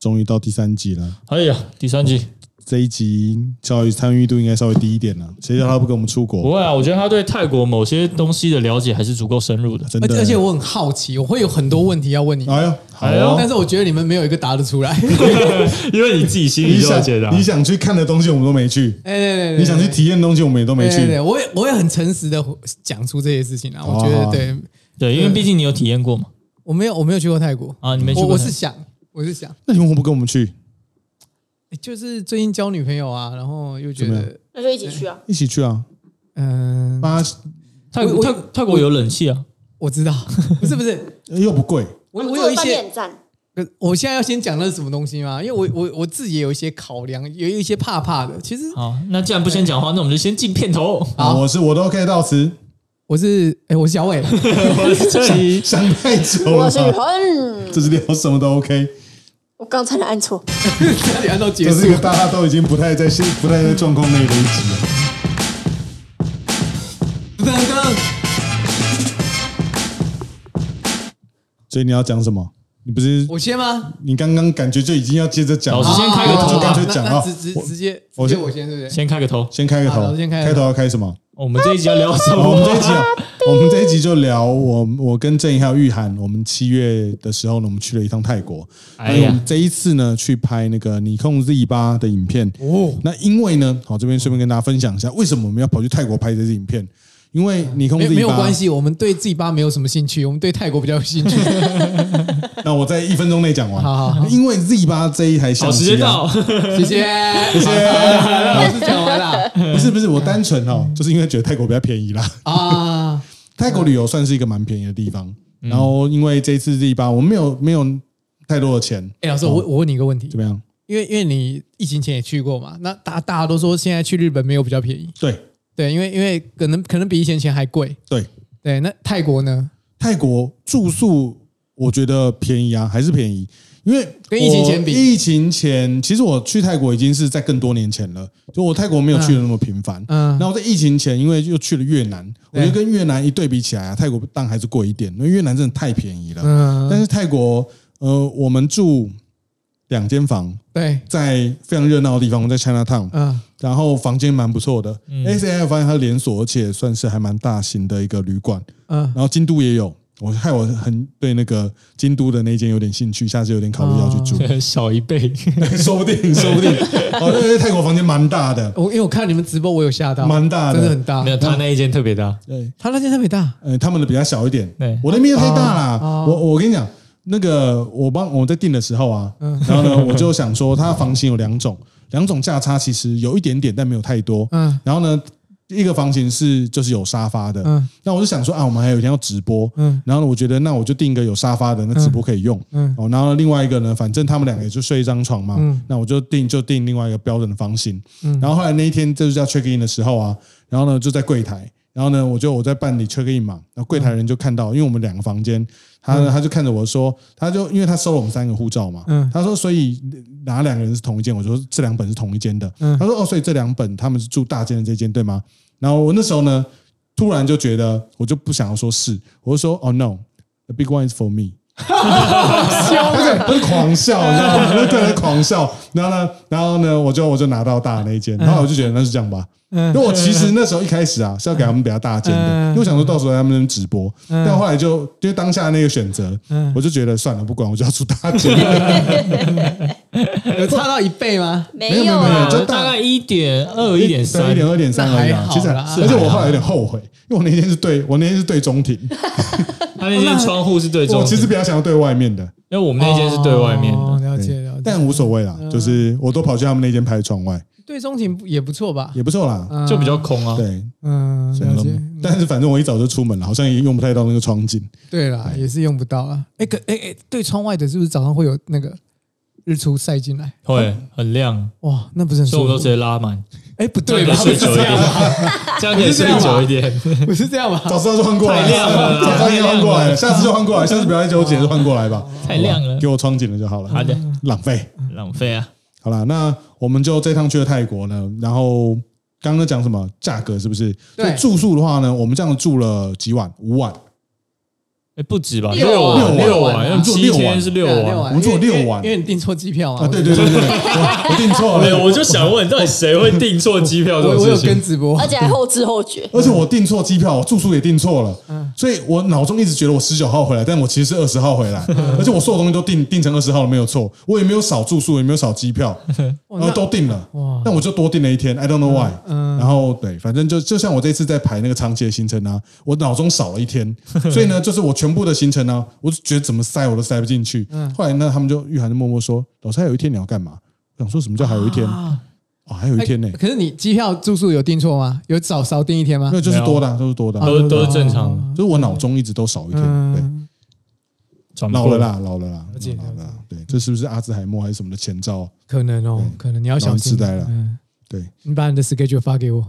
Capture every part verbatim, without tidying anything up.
终于到第三集了。 哎呀，第三集。 这一集稍微参与度应该稍微低一点了，谁叫他不跟我们出国？ 不会啊，我觉得他对泰国某些东西的了解还是足够深入的， 真的。 而且我很好奇，我会有很多问题要问你。 哎呦，好哦， 但是我觉得你们没有一个答得出来， 因为你自己心里就有解答。 你想去看的东西我们都没去， 哎对对对， 你想去体验的东西我们也都没去。 对对对，我也我也很诚实的讲出这些事情啊，我觉得对对，因为毕竟你有体验过嘛。 我没有我没有去过泰国啊，你没去过？ 我是想我是想， 那你为什么不跟我们去？ 就是最近交女朋友啊，然后又觉得那就一起去啊， 一起去啊。 嗯， 八泰国泰泰国有冷气啊， 我知道，不是不是， 又不贵。 我我有一些， 呃， 我现在要先讲那是什么东西吗？因为我我我自己也有一些考量，有一些怕怕的。其实好，那既然不先讲话，那我们就先进片头。 好，我是我都 OK 到此。 我是哎，我是小伟， 我是这里想太久了。 我是宇恒， 这是聊什么都 OK。 我刚才按错， 差点按到结束。 这是一个大家都已经不太在不太在状况内的一集了。 噔噔， 所以你要讲什么？你不是我先吗？ 你刚刚感觉就已经要接着讲， 老师先开个头， 就干脆讲啊， 直直直接我先我先对不对？ 先开个头， 先开个头， 先开开头要开什么？ 我们这一集要聊什么？ 我们这一集啊，我们这一集就聊我我跟郑怡还有玉涵，我们七月的时候呢，我们去了一趟泰国。哎呀，我们这一次呢去拍那个尼控 Z 八 的影片。哦，那因为呢，好这边顺便跟大家分享一下，为什么我们要跑去泰国拍这支影片？因为尼控 Z 八没有关系，我们对 Z 八没有什么兴趣，我们对泰国比较有兴趣。 那我在一分钟内讲完。 好好好， 因为 Z 八 这一台相机， 时间到， 谢谢谢谢，老师讲完了。 不是不是，我单纯哦，就是因为觉得泰国比较便宜啦。 啊， 泰国旅游算是一个蛮便宜的地方。然后因为这一次 Z 八，我们没有没有太多的钱。 哎，老师，我我问你一个问题， 怎么样？ 因为因为你疫情前也去过嘛，那大大家都说现在去日本没有比较便宜。 对。 对，因为因为可能可能比以前钱还贵。 对对，那泰国呢？ 泰国住宿我觉得便宜啊，还是便宜，因为跟疫情前比， 疫情前其实我去泰国已经是在更多年前了，就我泰国没有去的那么频繁。嗯，然后在疫情前，因为又去了越南，我觉得跟越南一对比起来啊，泰国当然还是贵一点，因为越南真的太便宜了。嗯，但是泰国呃，我们住两间房，对，在非常热闹的地方，我们在 Chinatown， 嗯，然后房间蛮不错的。嗯 ，S A I 发现它连锁，而且算是还蛮大型的一个旅馆。嗯，然后京都也有，我害我很对那个京都的那间有点兴趣，下次有点考虑要去住。 哦、小一倍， 说不定，说不定。哦，因为泰国房间蛮大的， 我因为我看你们直播，我有吓到， 蛮大的， 真的很大。 没有，他那一间特别大， 对， 他那间特别大， 呃，他们的比较小一点。 对， 我那边太大啦。哦、我我跟你讲。那个我帮我在订的时候啊，嗯、然后呢，我就想说，它房型有两种，两种价差其实有一点点，但没有太多。嗯，然后呢，一个房型是就是有沙发的，嗯，那我就想说啊，我们还有一天要直播，嗯，然后呢，我觉得那我就订一个有沙发的，那直播可以用，嗯，哦，然后另外一个呢，反正他们两个也就睡一张床嘛，嗯，那我就订就订另外一个标准的房型，嗯，然后后来那一天就是要 check in 的时候啊，然后呢就在柜台。然后呢，我就我在办理 check in 嘛，然后柜台人就看到，因为我们两个房间，他他就看着我说，他就因为他收了我们三个护照嘛，嗯，他说所以哪两个人是同一间？我说这两本是同一间的，嗯，他说哦，所以这两本他们是住大间的这间对吗？然后我那时候呢，突然就觉得我就不想要说是，我就说哦 no，the big one is for me。他是狂笑，你知道吗？那对人狂笑，然后呢，然后呢，我就我就拿到大的那一间，然后我就觉得那是这样吧。因为我其实那时候一开始啊是要给他们比较大间的，因为我想说到时候他们能直播，但后来就因为当下那个选择，我就觉得算了，不管我就要出大间。 有差到一倍吗？ 没有，没有，没有， 就大概一点二、一点三、 一点二、一点三而已啊。其实，而且我后来有点后悔，因为我那天是对我那天是对中庭， 他那间窗户是对中庭， 我其实比较想要对外面的， 因为我们那间是对外面的， 了解了解， 但无所谓啦，就是我都跑去他们那间拍窗外。 对中庭也不错吧， 也不错啦， 就比较空啊。 对， 嗯，了解。 但是反正我一早就出门了，好像也用不太到那个窗景。 对啦，也是用不到啊。哎，可哎哎，对窗外的是不是早上会有那个日出晒进来？ 会很亮哇，那不是很舒服？ 所以我都直接拉满。 哎，不对吧？ 睡久一点，这样可以睡久一点。 不是这样吧？ 早知道就换过来， 太亮了， 早知道就换过来，下次就换过来，下次不要再纠结，就换过来吧。 太亮了， 给我窗景了就好了。 好的， 浪费， 浪费啊。 好啦，那我们就这趟去了泰国呢，然后刚刚讲什么价格是不是？对，住宿的话呢，我们这样住了几晚？五晚， 哎，不止吧， 六六碗六碗， 我们做七六碗天是六碗， 我们做六碗因为你订错机票嘛。 啊，对对对对，我我订错没有， 了， 我就想问，到底谁会订错机票这我我有种事情？ 跟直播， 而且还后知后觉。 而且我订错机票，我住宿也订错了，所以我脑中一直觉得我十九号回来，但我其实是二十号回来，而且我所有东西都订订成二十号了，没有错，我也没有少住宿，也没有少机票，然后都订了，但我就多订了一天 ，I don't know why。然后对，反正就就像我这次在排那个长期的行程啊，我脑中少了一天，所以呢，就是我全部的行程呢，我就觉得怎么塞我都塞不进去。后来呢，他们就玉涵就默默说：“老师还有一天你要干嘛？”我想说什么叫还有一天？哦，还有一天呢。 可是你机票住宿有订错吗？有少少订一天吗？ 没有，就是多的，都是多的， 都都是正常的， 就是我脑中一直都少一天。对，老了啦，老了啦，老了。对，这是不是阿兹海默还是什么的前兆？ 可能哦，可能你要小心。 痴呆了。对， 你把你的 schedule 发给我。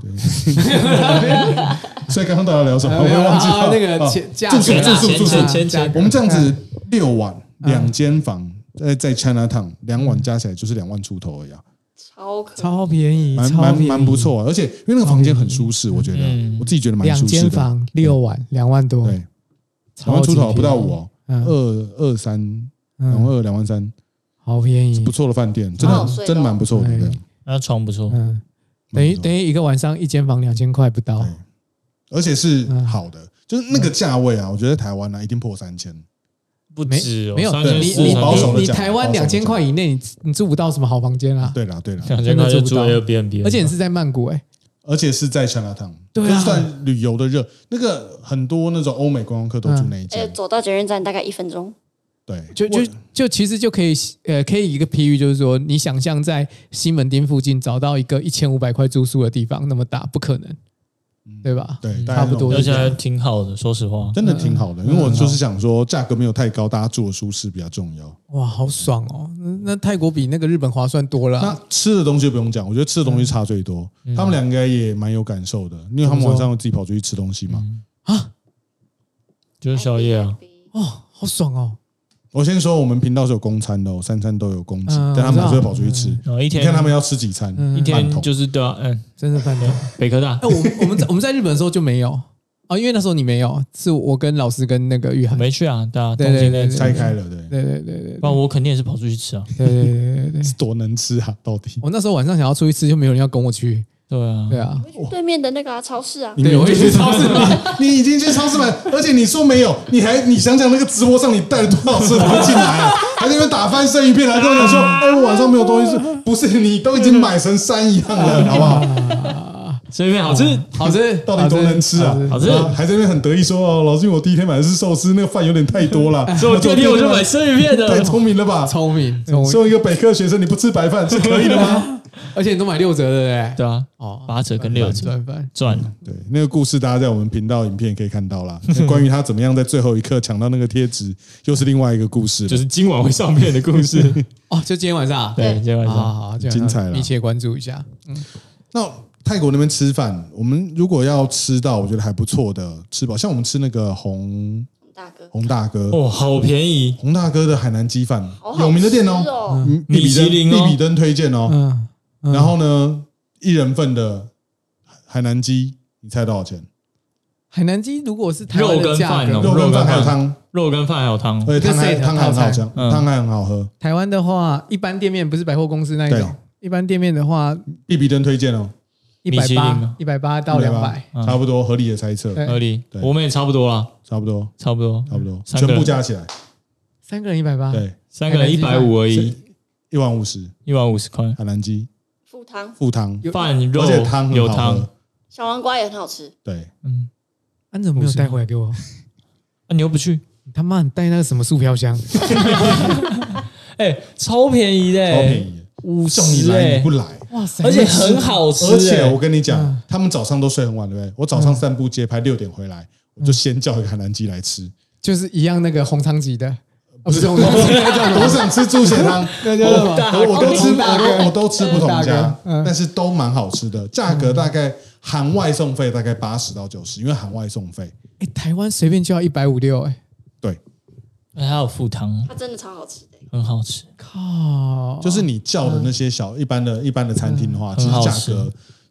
所以刚刚大家聊什么？我们忘记了那个价住宿住宿住宿钱钱， 我们这样子六晚两间房，在在 Chinatown 两晚加起来就是两万出头而已啊， 超可超便宜， 蛮蛮蛮不错，而且因为那个房间很舒适，我觉得我自己觉得蛮舒适的。 两间房六晚两万多， 对，两万出头不到五哦，二二三，两万二两万三， 好便宜， 不错的饭店，真的真的蛮不错的。 那床不错， 嗯，等于等于一个晚上一间房两千块不到， 而且是好的，就是那个价位啊，我觉得台湾呢一定破三千， 不止没有你你保守的你台湾两千块以内，你你住不到什么好房间啊？ 对啦对啦， 两千块就住 Airbnb， 而且你是在曼谷哎， 而且是在 Chinatown， 对啊， 算旅游的热，那个很多那种欧美观光客都住那一哎， 间， 走到捷运站大概一分钟。 对， 就就就其实就可以呃，可以一个譬喻，就是说，你想象在西门町附近找到一个一千五百块住宿的地方，那么大，不可能，对吧？ 对， 差不多， 而且还挺好的，说实话， 真的挺好的。因为我就是想说，价格没有太高，大家住的舒适比较重要。 哇，好爽哦！那泰国比那个日本划算多了。 那吃的东西不用讲，我觉得吃的东西差最多。他们两个也蛮有感受的，因为他们晚上会自己跑出去吃东西嘛。啊， 就是宵夜啊。 哦，好爽哦！ 我先说，我们频道是有公餐的，三餐都有供给，但他们还是会跑出去吃。 一天你看他们要吃几餐？ 一天就是对啊，嗯， 真的饭店， 北科大。 哎，我我们在我们在日本的时候就没有啊，因为那时候你没有，是我跟老师跟那个玉涵没去啊，对啊， 对东京那拆开了，对对对对对， 不然我肯定也是跑出去吃啊。 对对对对对， 是多能吃啊！到底我那时候晚上想要出去吃，就没有人要跟我去。 对啊， 对啊， 对面的那个超市啊， 对，我会去超市买。 你已经去超市买，而且你说没有，你还你想想那个直播上你带了多少吃的进来啊？还在那边打翻生鱼片，还跟我讲说，哎，我晚上没有东西吃，不是你都已经买成山一样了，好不好？ 生鱼片好吃， 好吃， 到底多能吃啊？ 好吃， 还在那边很得意说哦，老师，我第一天买的是寿司，那个饭有点太多了， 所以我第二天我就买生鱼片的， 太聪明了吧？ 聪明，聪明。 作为一个北科学生，你不吃白饭是可以的吗？ 而且你都买六折的，对对啊，哦，八折跟六折赚翻赚。 对，那个故事大家在我们频道影片可以看到啦。关于他怎么样在最后一刻抢到那个贴纸，又是另外一个故事， 就是今晚会上片的故事。 哦，就今天晚上， 对，今天晚上， 好好， 精彩了， 密切关注一下。嗯， 那泰国那边吃饭，我们如果要吃到我觉得还不错的吃饱，像我们吃那个洪大哥， 洪大哥哦，好便宜， 洪大哥的海南鸡饭好有名的店哦， 米其林必比登推荐哦。 嗯。 然后呢，一人份的海南鸡，你猜多少钱？ 海南鸡如果是台湾的价格， 肉跟饭还有汤， 肉跟饭还有汤， 而且汤还汤还很好吃，汤还很好喝。 台湾的话，一般店面不是百货公司那一种，一般店面的话， 必比登推荐哦， 一百八，一百八到两百， 差不多合理的猜测， 合理，我们也差不多啦， 差不多， 差不多， 差不多，全部加起来， 三个人一百八， 对， 三个人一百五而已， 一碗五十， 一碗五十块， 海南鸡。 附汤， 附汤， 饭肉， 而且汤有汤， 小黄瓜也很好吃。 对， 嗯，安怎么没有带回来给我？ 啊，你又不去？ 你他妈你带那个什么速飘箱？ 哎，超便宜的， 超便宜， 五十你来你不来， 哇塞！ 而且很好吃， 而且我跟你讲，他们早上都睡很晚，对不对？我早上散步街拍六点回来，我就先叫一个海南鸡来吃， 就是一样那个红汤级的。 不是，我想吃猪血汤，我我都吃，我都我都吃不同家，但是都蛮好吃的，价格大概含外送费大概八十到九十，因为含外送费。 哎，台湾随便就要一百五六，哎， 对， 还有附汤， 它真的超好吃的， 很好吃。 靠， 就是你叫的那些小一般的一般的餐厅的话，其实价格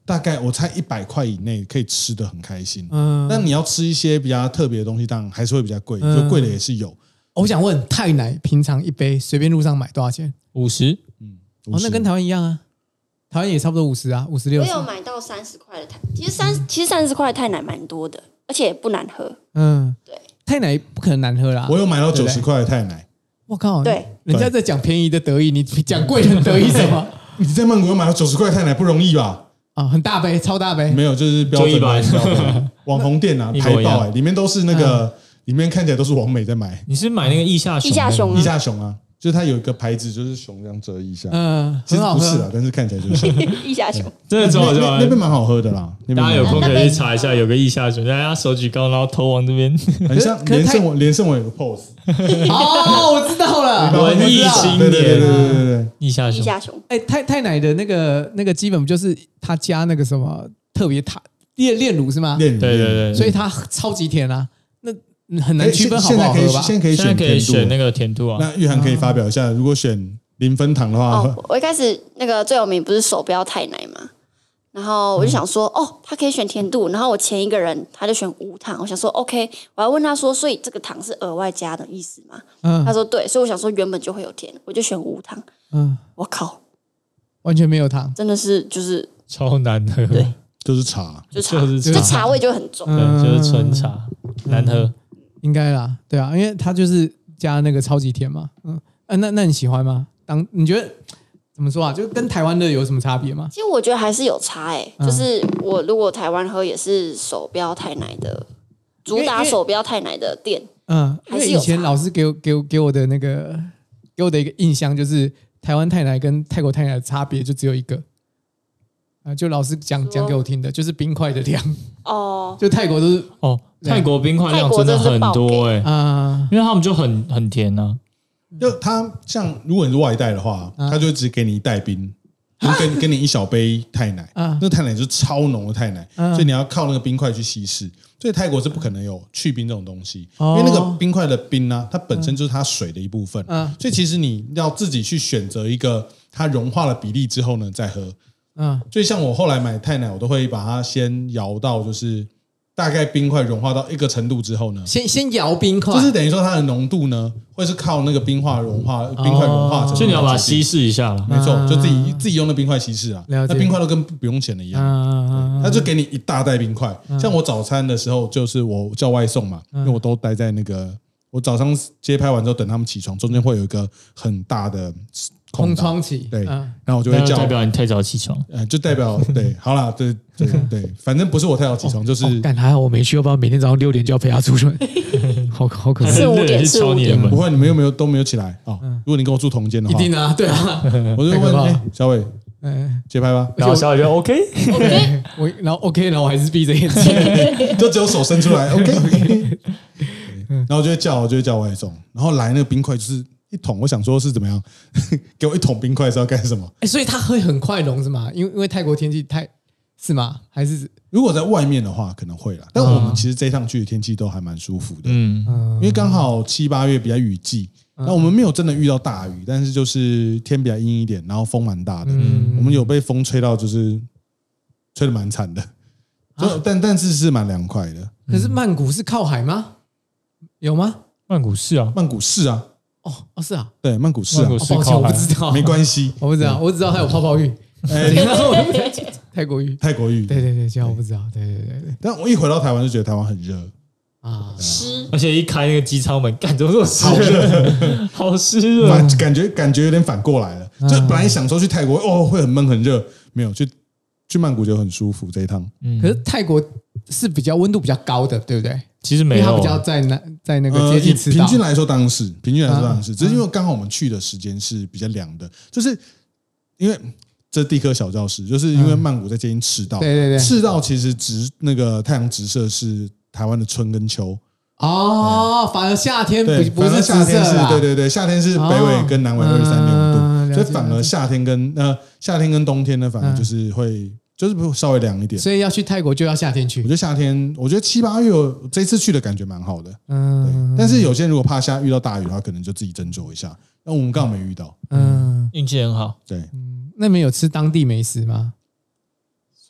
大概我猜一百块以内可以吃的很开心。嗯，但你要吃一些比较特别的东西，当然还是会比较贵，嗯、就贵的也是有。 我想问，泰奶平常一杯随便路上买多少钱？ 五十。 嗯，哦，那跟台湾一样啊，台湾也差不多五十啊，五十六。 我有买到三十块的泰，其实三、嗯、其实三十块的泰奶蛮多的，而且也不难喝。 嗯， 对， 泰奶不可能难喝啦。 我有买到九十块的泰奶。 我靠， 对， 人家在讲便宜的得意，你讲贵的得意什么？ 你在曼谷有买到九十块泰奶不容易吧？ 啊，很大杯，超大杯。 没有，就是标准的网红店啊，台爆哎，里面都是那个。嗯里面看起来都是网美在买。 你是买那个腋下熊？ 腋下熊， 腋下熊啊，就是它有一个牌子，就是熊这样折腋下。 嗯， 其实不是啊，但是看起来就是腋下熊。 真的超好笑， 那边蛮好喝的啦。 大家有空可以去查一下，有个腋下熊，大家手举高，然后头往这边， 很像连胜文，连胜文有个 pose。 哦，我知道了， 文艺青年， 对对对对对， 腋下熊。 腋下熊。 哎，泰泰奶的那个那个基本不就是他加那个什么特别塔炼炼乳是吗？ 炼乳， 对对对， 所以它超级甜啊。那很难区分好不好喝吧？ 现在可以选， 可以选那个甜度啊。 那玉涵可以发表一下，如果选零分糖的话， 哦，我一开始那个最有名不是手标泰奶嘛，然后我就想说，哦，他可以选甜度，然后我前一个人他就选无糖，我想说 OK， 我要问他说，所以这个糖是额外加的意思吗？嗯，他说对，所以我想说原本就会有甜，我就选无糖。嗯，我靠， 完全没有糖， 真的是就是超难喝， 对， 就是茶， 就茶，就茶味就很重， 对，就是纯茶，难喝。 应该啦，对啊，因为它就是加那个超级甜嘛，嗯，啊、那那你喜欢吗？当你觉得怎么说啊？就跟台湾的有什么差别吗？ 其实我觉得还是有差诶、欸嗯，就是我如果台湾喝也是手标泰奶的，主打手标泰奶的店， 嗯，因为以前老师给我给我给我的那个给我的一个印象就是台湾泰奶跟泰国泰奶的差别就只有一个。啊，就老师讲讲给我听的，就是冰块的量哦，就泰国都是哦，泰国冰块量真的很多哎、欸、啊，因为他们就很很甜呢、 啊。就他像如果你是外带的话，啊、他就只给你一袋冰，就跟跟你一小杯泰奶，啊、那泰奶就是超浓的泰奶，啊、所以你要靠那个冰块去稀释。所以泰国是不可能有去冰这种东西，哦、因为那个冰块的冰呢、啊，它本身就是它水的一部分，啊、所以其实你要自己去选择一个它融化了比例之后呢，再喝。嗯，所以像我后来买泰奶，我都会把它先摇到，就是大概冰块融化到一个程度之后呢， 先先摇冰块， 就是等于说它的浓度呢，会是靠那个冰化融化，冰块融化， 所以你要把它稀释一下了， 没错，就自己自己用那冰块稀释啊，那冰块都跟不用钱的一样，他就给你一大袋冰块。像我早餐的时候，就是我叫外送嘛，因为我都待在那个，我早上接拍完之后等他们起床，中间会有一个很大的。 空窗期， 对，然后我就会叫， 代表你太早起床， 呃，就代表对，好啦，对对对，反正不是我太早起床，就是干还好我没去，要不然每天早上六点就要陪他出门，好好可怕， 四五点是五点， 不会，你们有没有都没有起来啊？如果你跟我住同间的话， 一定啊，对啊， 我就问哎，小伟，嗯，接拍吧， 然后小伟就 OK， OK， 我然后 OK， 然后我还是闭着眼睛， 就只有手伸出来 OK， 然後我就會叫，我就會叫外送，然後來那個冰塊就是一桶，我想說是怎麼樣，給我一桶冰塊是要幹什麼？ 欸、所以它會很快融是嗎？因為因為泰國天氣太是嗎？還是如果在外面的話可能會啦，但我們其實這一趟去的天氣都還蠻舒服的，嗯，因為剛好七八月比較雨季，那我們沒有真的遇到大雨，但是就是天比較陰一點，然後風蠻大的，嗯，我們有被風吹到就是吹得蠻慘的，就、啊、但但是是蠻涼快的。 可是曼谷是靠海嗎？有嗎？ 曼谷是啊， 曼谷是啊。 哦哦是啊， 對，曼谷是啊， 哦、抱歉我不知道， 沒關係， 我不知道，我只知道它有泡泡浴，欸、泰國浴， 泰國浴， 對對對，這樣我不知道，對對對對。 但我一回到台灣就覺得台灣很熱啊， 濕， 而且一開那個機艙門，幹怎麼這麼濕？ 好熱， 好濕熱， 感覺感覺有點反過來了。就本來想說去泰國哦會很悶很熱，沒有去去曼谷就很舒服這一趟。 嗯，可是泰國是比較溫度比較高的，對不對？ 其實沒有， 因為它比較在那在那個接近赤道。 平均來說當然是，平均來說當然是，只是因為剛好我們去的時間是比較涼的，就是因為這地科小教室，就是因為曼谷在接近赤道，對對對，赤道其實直那個太陽直射是台灣的春跟秋。哦， 反而夏天不不是夏天是，對對對，夏天是北緯跟南緯二十三點五度，所以反而夏天跟呃夏天跟冬天呢，反而就是會。就是稍微涼一點， 所以要去泰國就要夏天去。 我覺得夏天，我覺得七八月這次去的感覺蠻好的。嗯，但是有些人如果怕下遇到大雨的話，可能就自己斟酌一下。那我們剛好沒遇到， 嗯，運氣很好。 對， 嗯，那你們有吃當地美食嗎？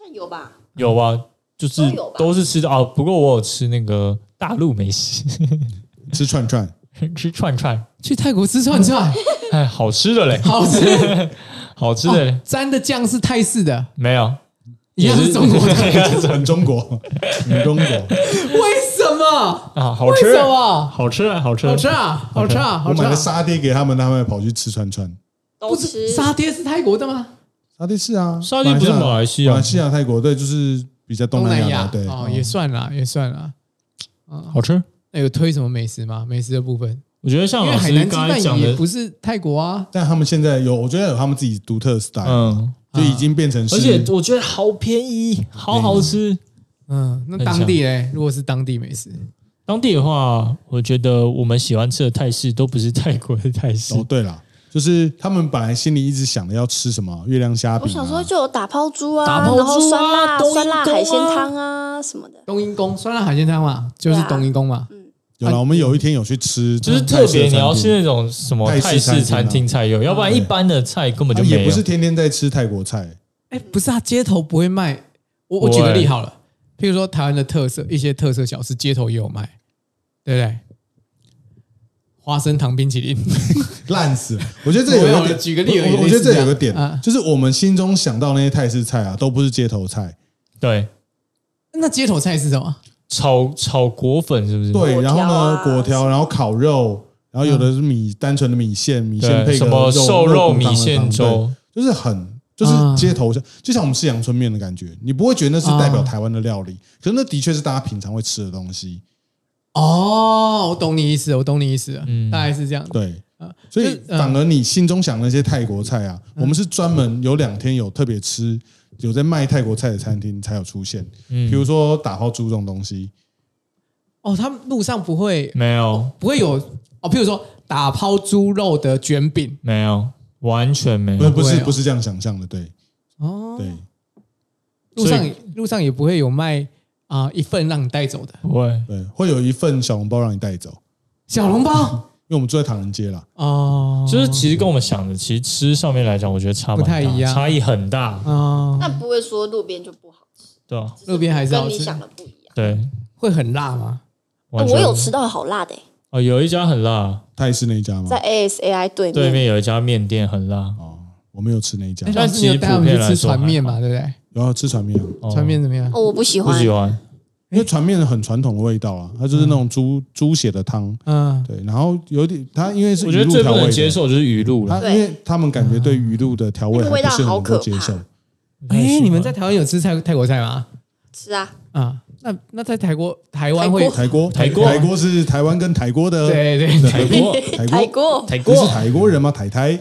有吧？ 有吧？就是都是吃的哦。不过我有吃那个大陆美食， 吃串串， 吃串串， 去泰国吃串串， 哎，好吃的嘞， 好吃， 好吃的嘞。 哦、沾的酱是泰式的， 没有， 也是中国的， 很中国，很中国。 为什么啊？好吃？ 为什么？ 好吃啊！好吃， 好吃啊！好吃啊！ 我买了沙爹给他们，他们跑去吃串串。 都吃沙爹是泰国的吗？ 沙爹是啊， 沙爹不是马来西亚， 马来西亚、泰国对，就是比较东南亚，对哦，也算啦，也算啦。 好吃。 那有推什么美食吗？美食的部分， 我觉得像老师刚才讲的， 也不是泰国啊， 但他们现在有，我觉得有他们自己独特的 style，嗯，就已经变成， 而且我觉得好便宜，好好吃。 嗯，那当地嘞，如果是当地美食， 当地的话，我觉得我们喜欢吃的泰式都不是泰国的泰式。 哦，对啦。就是他们本来心里一直想着要吃什么月亮虾饼、啊， 我小时候就有打抛猪啊， 打抛猪啊， 然后酸辣、 啊、 酸辣海鲜汤啊什么的。 冬阴功酸辣海鲜汤嘛，就是冬阴功嘛。 嗯， 有了，我们有一天有去吃， 就是特别你要吃那种什么泰式餐厅才有，要不然一般的菜根本就没有。 也不是天天在吃泰国菜。 哎，不是啊，街头不会卖。我我举个例好了，譬如说台湾的特色一些特色小吃，街头也有卖，对不对？花生糖冰淇淋烂死了，我觉得这有一个举个例， 我我觉得这有个点，就是我们心中想到那些泰式菜啊，都不是街头菜。 对， 那街头菜是什么？ 炒炒果粉是不是？ 对，然后呢，果条，然后烤肉，然后有的是米单纯的米线，米线配什么瘦肉米线粥， 就是很就是街头像，就像我们吃阳春面的感觉，你不会觉得那是代表台湾的料理，可是那的确是大家平常会吃的东西。 哦，我懂你意思，我懂你意思了，嗯，大概是这样。 对，所以反而你心中想那些泰国菜啊，我们是专门有两天有特别吃，有在卖泰国菜的餐厅才有出现。嗯，比如说打抛猪这种东西。 哦，他们路上不会没有， 不会有哦，譬如说打抛猪肉的卷饼， 没有，完全没有， 不是不是这样想象的，对，哦，对， 路上路上也不会有卖。啊、呃，一份让你带走的， 会对，会有一份小笼包让你带走。 小笼包， 因为我们住在唐人街啦。 哦， 就是其实跟我们想的，其实吃上面来讲，我觉得差不太一样， 差异很大。 哦， 那不会说路边就不好吃， 对啊， 路边还是跟你想的不一样。 对， 会很辣吗？ 哦、我有吃到好辣的、欸、 哦，有一家很辣， 泰式那一家吗？ 在 A S A I 对面， 对面有一家面店很辣。 哦，我没有吃那一家。 但是你带我们去吃船面嘛，对不对？ 然后吃船面、 啊，船面怎么样？ 哦，我不喜欢， 不喜欢。 因为船面很传统的味道啊，它就是那种猪猪血的汤，嗯，对，然后有点它因为是我觉得最不能接受就是鱼露了， 它因为他们感觉对鱼露的调味还不是很能够接受。 哎，你们在台湾有吃泰泰国菜吗？ 吃啊， 啊，那那在台国台湾会台国台国台国是台湾跟台国的对对台国台国台国是台国人吗？台台，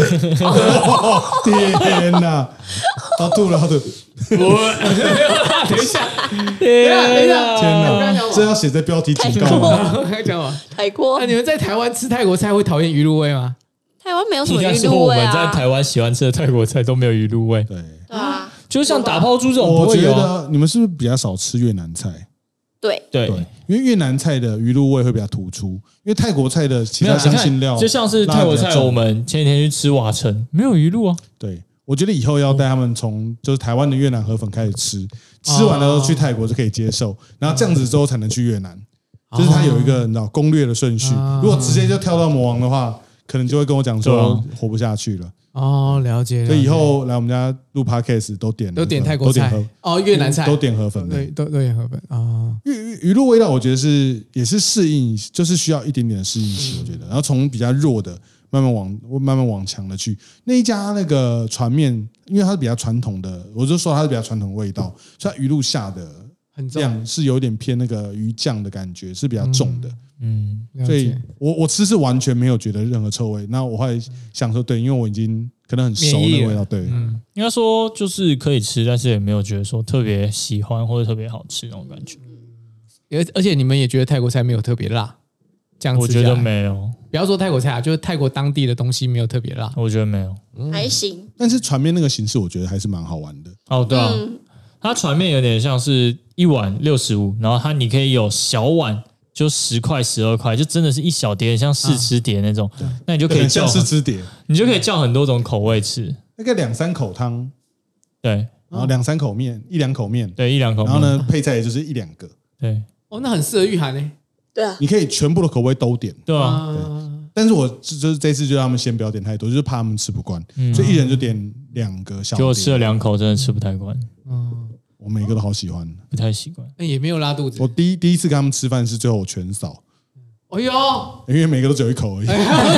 天哪，好吐了，好吐。 我等一下，等一下，等一下， 天哪！这要写在标题警告吗？ 讲我台国。 那你们在台湾吃泰国菜会讨厌鱼露味吗？ 台湾没有什么鱼露味啊。 应该说我们在台湾喜欢吃的泰国菜都没有鱼露味。 对啊， 就像打抛猪这种不会有。 我觉得你们是不是比较少吃越南菜？ 对对， 因为越南菜的鱼露味会比较突出，因为泰国菜的其他香辛料， 就像是泰国菜，我们前几天去吃瓦城，没有鱼露啊。 对。我觉得以后要带他们从就是台湾的越南河粉开始吃，吃完了去泰国就可以接受，然后这样子之后才能去越南，就是它有一个你知道攻略的顺序。如果直接就跳到魔王的话，可能就会跟我讲说活不下去了。 哦，了解。 所以以后来我们家录 podcast 都点都点泰国菜，哦，越南菜都点河粉， 对，都都点河粉啊。 鱼鱼露味道，我觉得是也是适应，就是需要一点点的适应期，我觉得。然后从比较弱的。慢慢往慢慢往强的去，那一家那个船面，因为它是比较传统的，我就说它是比较传统的味道，所以它鱼露下的量是有点偏那个鱼酱的感觉，是比较重的。嗯，所以我我吃是完全没有觉得任何臭味。那我会想说，对，因为我已经可能很熟那个味道，对， 嗯，应该说就是可以吃，但是也没有觉得说特别喜欢或者特别好吃那种感觉。 而而且你们也觉得泰国菜没有特别辣。这样我觉得没有， 不要说泰国菜啊，就是泰国当地的东西没有特别辣， 我觉得没有， 还行。 但是船面那个形式，我觉得还是蛮好玩的。 哦，对啊，嗯、它船面有点像是一碗六十五，然后它你可以有小碗，就十块、十二块，就真的是一小碟，像试吃碟那种。啊、那你就可以叫试吃碟， 你就可以叫很多种口味吃， 大概两三口汤。 对， 然后两三口面，一两口面， 对，一两口面。 然后呢，配菜也就是一两个。 对， 哦，那很适合御寒呢。 对啊， 你可以全部的口味都点。 对啊， 对。但是我就是这次就让他们先不要点太多，就是怕他们吃不惯，所以一人就点两个小。 结果吃了两口，真的吃不太惯。 嗯， 我每个都好喜欢， 不太习惯。 那也没有拉肚子。 我第一第一次跟他们吃饭是最后我全扫。 哎呦， 因为每个都只有一口而已。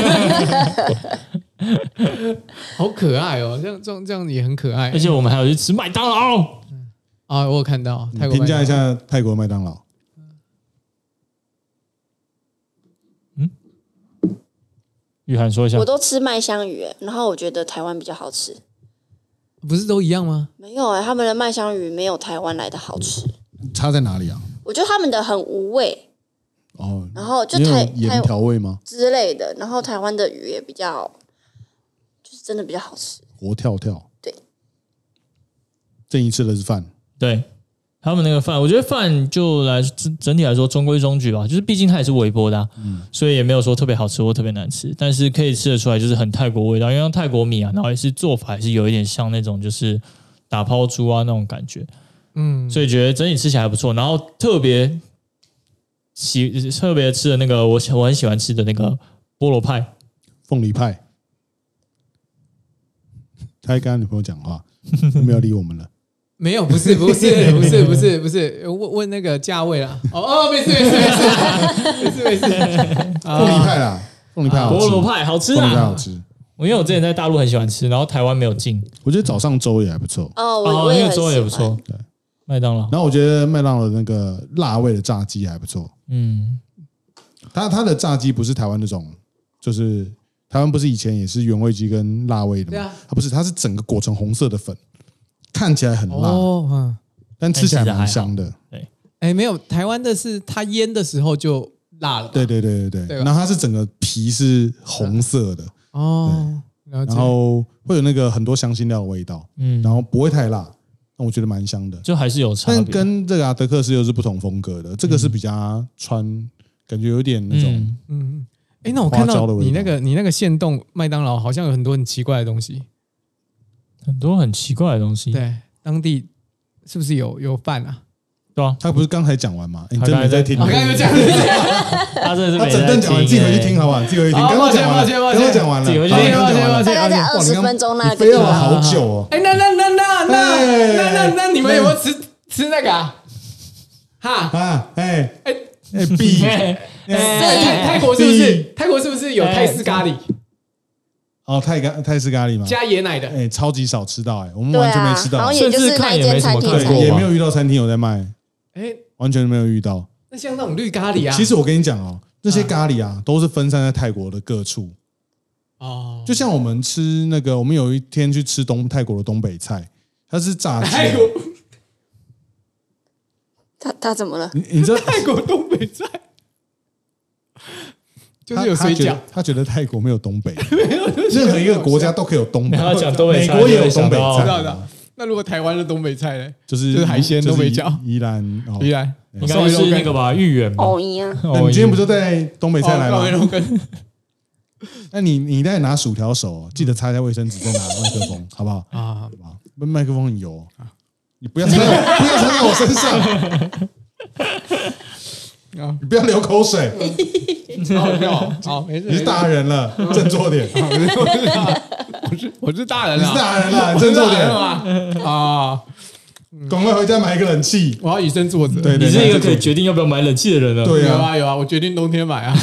好可爱哦，这样这样这样也很可爱。 而且我们还有去吃麦当劳啊，我有看到。泰国评价一下泰国麦当劳。 嗯，玉涵说一下。 我都吃麦香鱼，然后我觉得台湾比较好吃。 不是都一样吗？ 没有哎、欸，他们的麦香鱼没有台湾来的好吃。 差在哪里啊？ 我觉得他们的很无味。 哦， 然后就台盐调味吗之类的，然后台湾的鱼也比较，就是真的比较好吃。 活跳跳， 对。 正义吃的是饭， 对他们那个饭，我觉得饭就来整体来说中规中矩吧，就是毕竟它也是微波的、啊嗯，所以也没有说特别好吃或特别难吃，但是可以吃得出来就是很泰国味道，因为像泰国米啊，然后也是做法也是有一点像那种就是打抛猪啊那种感觉，嗯，所以觉得整体吃起来还不错，然后特别。喜特别吃的那个，我我很喜欢吃的那个菠萝派、 凤梨派。他还跟他女朋友讲话，没有理我们了。 没有，不是，不是，不是，不是，不是，问问那个价位啦。哦哦，没事，没事，没事，没事，没事。 凤梨派啦，凤梨派好吃， 菠萝派好吃啊， 凤梨派好吃。 因为我之前在大陆很喜欢吃，然后台湾没有进。 我觉得早上粥也还不错。 哦，我我也粥也不错。对。麦当劳， 然后我觉得麦当劳的那个辣味的炸鸡还不错。嗯，它它的炸鸡不是台湾那种，就是台湾不是以前也是原味鸡跟辣味的吗？啊、它不是，它是整个裹成红色的粉，看起来很辣，哦嗯、但吃起来蛮香的。 对， 哎，没有，台湾的是它腌的时候就辣了。 对对对对对，然后它是整个皮是红色的。 哦， 然后会有那个很多香辛料的味道，嗯，然后不会太辣。那我觉得蛮香的， 就还是有差别。 但跟这个、啊、德克士又是不同风格的，这个是比较川，感觉有点那种， 嗯，哎、嗯，那我看到你那个你那个限动麦当劳好像有很多很奇怪的东西， 很多很奇怪的东西。 对，当地是不是有有饭啊？ 对啊，他不是刚才讲完吗？你真没在听？ 我刚才有讲， 他真的是他整段讲完，自己回去听好不好？自己回去听。刚刚讲完了，刚刚讲完了， 自己回去听。 大概在二十分钟那个， 飞了好久哦。 哎，那那那那那那那那你们有没有吃吃那个啊？哈啊，哎哎哎，B， 泰泰国是不是？泰国是不是有泰式咖喱？ 哦，泰咖泰式咖喱吗？ 加椰奶的， 哎，超级少吃到，哎，我们完全没吃到， 然后也就是那一间餐厅， 也没有遇到餐厅有在卖， 哎， 完全没有遇到。 那像那种绿咖喱啊， 其实我跟你讲哦，那些咖喱啊，都是分散在泰国的各处。哦，就像我们吃那个，我们有一天去吃东泰国的东北菜，它是炸鸡。泰国， 他他怎么了？ 你你知道泰国东北菜？就是有水饺， 他觉得泰国没有东北，任何一个国家都可以有东北。 他讲东北菜， 美国也有东北菜， 知道的。那如果台湾的东北菜呢？ 就是就是海鲜东北饺， 宜兰， 宜兰应该是那个吧，芋圆吧。 藕一样。 你今天不就带东北菜来吗？那你你在拿薯条手，记得擦一下卫生纸，再拿麦克风，好不好？啊，好不好？麦克风很油，你不要擦，不要擦在我身上。你不要流口水。 好，好，没事。 你是大人了，振作点。 我是我是大人了， 你是大人了，振作点啊！ 赶快回家买一个冷气。 我要以身作则。 对， 你是一个可以决定要不要买冷气的人了。 对啊， 有啊有啊，我决定冬天买啊。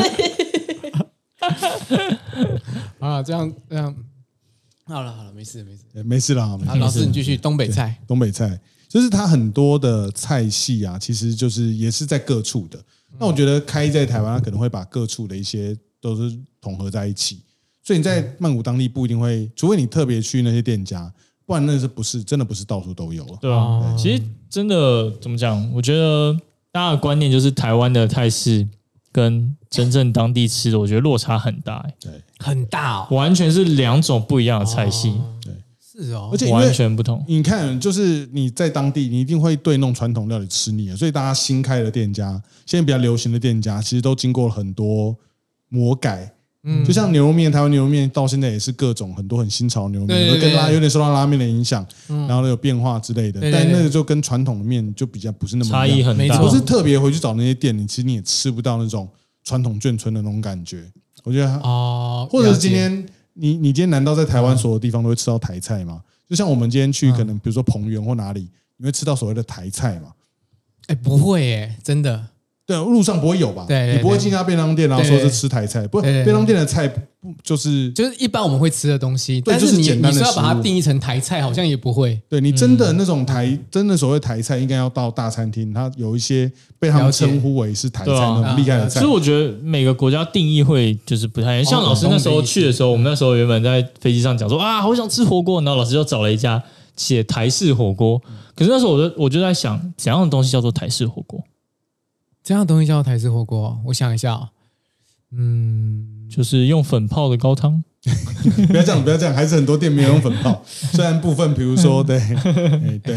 啊，这样这样，好了好了，没事没事没事了。 好，老师你继续。东北菜， 东北菜。就是它很多的菜系啊，其实就是也是在各处的。那我觉得开在台湾，它可能会把各处的一些都是统合在一起。所以你在曼谷当地不一定会，除非你特别去那些店家，不然那是不是真的不是到处都有了。 对啊，对，其实真的怎么讲？我觉得大家的观念就是台湾的泰式跟真正当地吃的，我觉得落差很大、欸。 对， 很大、哦， 完全是两种不一样的菜系。 哦对。是哦， 而且完全不同。 你看，就是你在当地，你一定会对那种传统料理吃腻了，所以大家新开的店家，现在比较流行的店家，其实都经过了很多魔改， 嗯，就像牛肉面，台湾牛肉面到现在也是各种很多很新潮的牛肉面，跟拉有点受到拉面的影响，然后有变化之类的。但那个就跟传统的面就比较不是那么差异很大。 不是特别回去找那些店，你其实你也吃不到那种传统眷村的那种感觉。我觉得啊，或者是今天你你今天难道在台湾所有地方都会吃到台菜吗？就像我们今天去可能比如说彭园或哪里，你会吃到所谓的台菜吗？ 哎，不会哎，真的。 对，路上不会有吧？ 对， 你不会进家便当店，然后说是吃台菜，不，便当店的菜不就是就是一般我们会吃的东西，但是你你说要把它定义成台菜，好像也不会。 对你真的那种台，真的所谓台菜，应该要到大餐厅，它有一些被他们称呼为是台菜那种厉害的菜。 所以我觉得每个国家定义会就是不太一样。像老师那时候去的时候，我们那时候原本在飞机上讲说啊，好想吃火锅，然后老师就找了一家写台式火锅。可是那时候我就我就在想，怎样的东西叫做台式火锅？ 这样的东西叫台式火锅，我想一下、哦，嗯， 就是用粉泡的高汤。 不要这样，不要这样，还是很多店没有用粉泡。虽然部分，比如说，对，哎，对，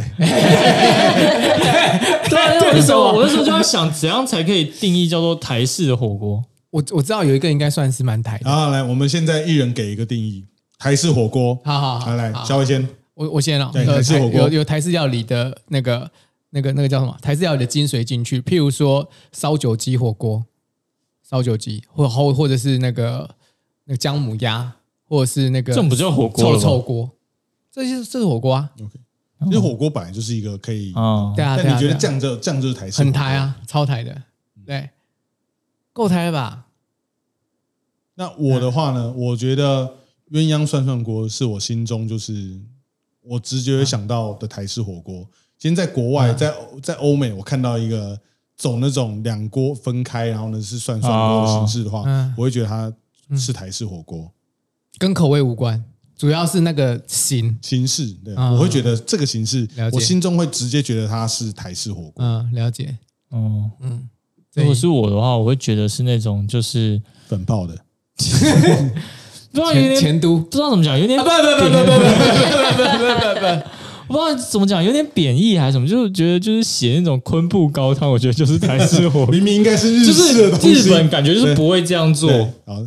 对啊，我那时候我那时候就在想，怎样才可以定义叫做台式的火锅？ 我我知道有一个应该算是蛮台的。 好，来，我们现在一人给一个定义，台式火锅。 好好好， 来来，小伟先， 我我先了。 对，台式火锅有有台式料理的那个。那个那个叫什么？台式料理的精髓进去，譬如说烧酒鸡火锅、烧酒鸡，或或或者是那个那个姜母鸭，或者是那个这种不叫火锅了吧， 臭臭锅，这就是这是火锅啊。 OK， 其实火锅本来就是一个可以， 哦、 对啊。 但你觉得这样就这样就是台式？ 很台啊，超台的，对，够台了吧？ 那我的话呢？我觉得鸳鸯涮涮锅是我心中就是我直觉会想到的台式火锅。今天在国外，在在欧美，我看到一个走那种两锅分开，然后呢是涮涮锅的形式的话，哦、我会觉得它是台式火锅， 跟口味无关，主要是那个形形式。对，哦、我会觉得这个形式，我心中会直接觉得它是台式火锅。 嗯，了解。 哦，嗯，如果是我的话，我会觉得是那种就是粉泡的， 不知道有点前都不知道怎么讲，有点不不不不不不不不不不。 我不知道怎么讲，有点贬义还是什么，就是觉得就是写那种昆布高汤，我觉得就是台式火锅， 明明应该是日式的东西， 就是日本感觉就是不会这样做。 好，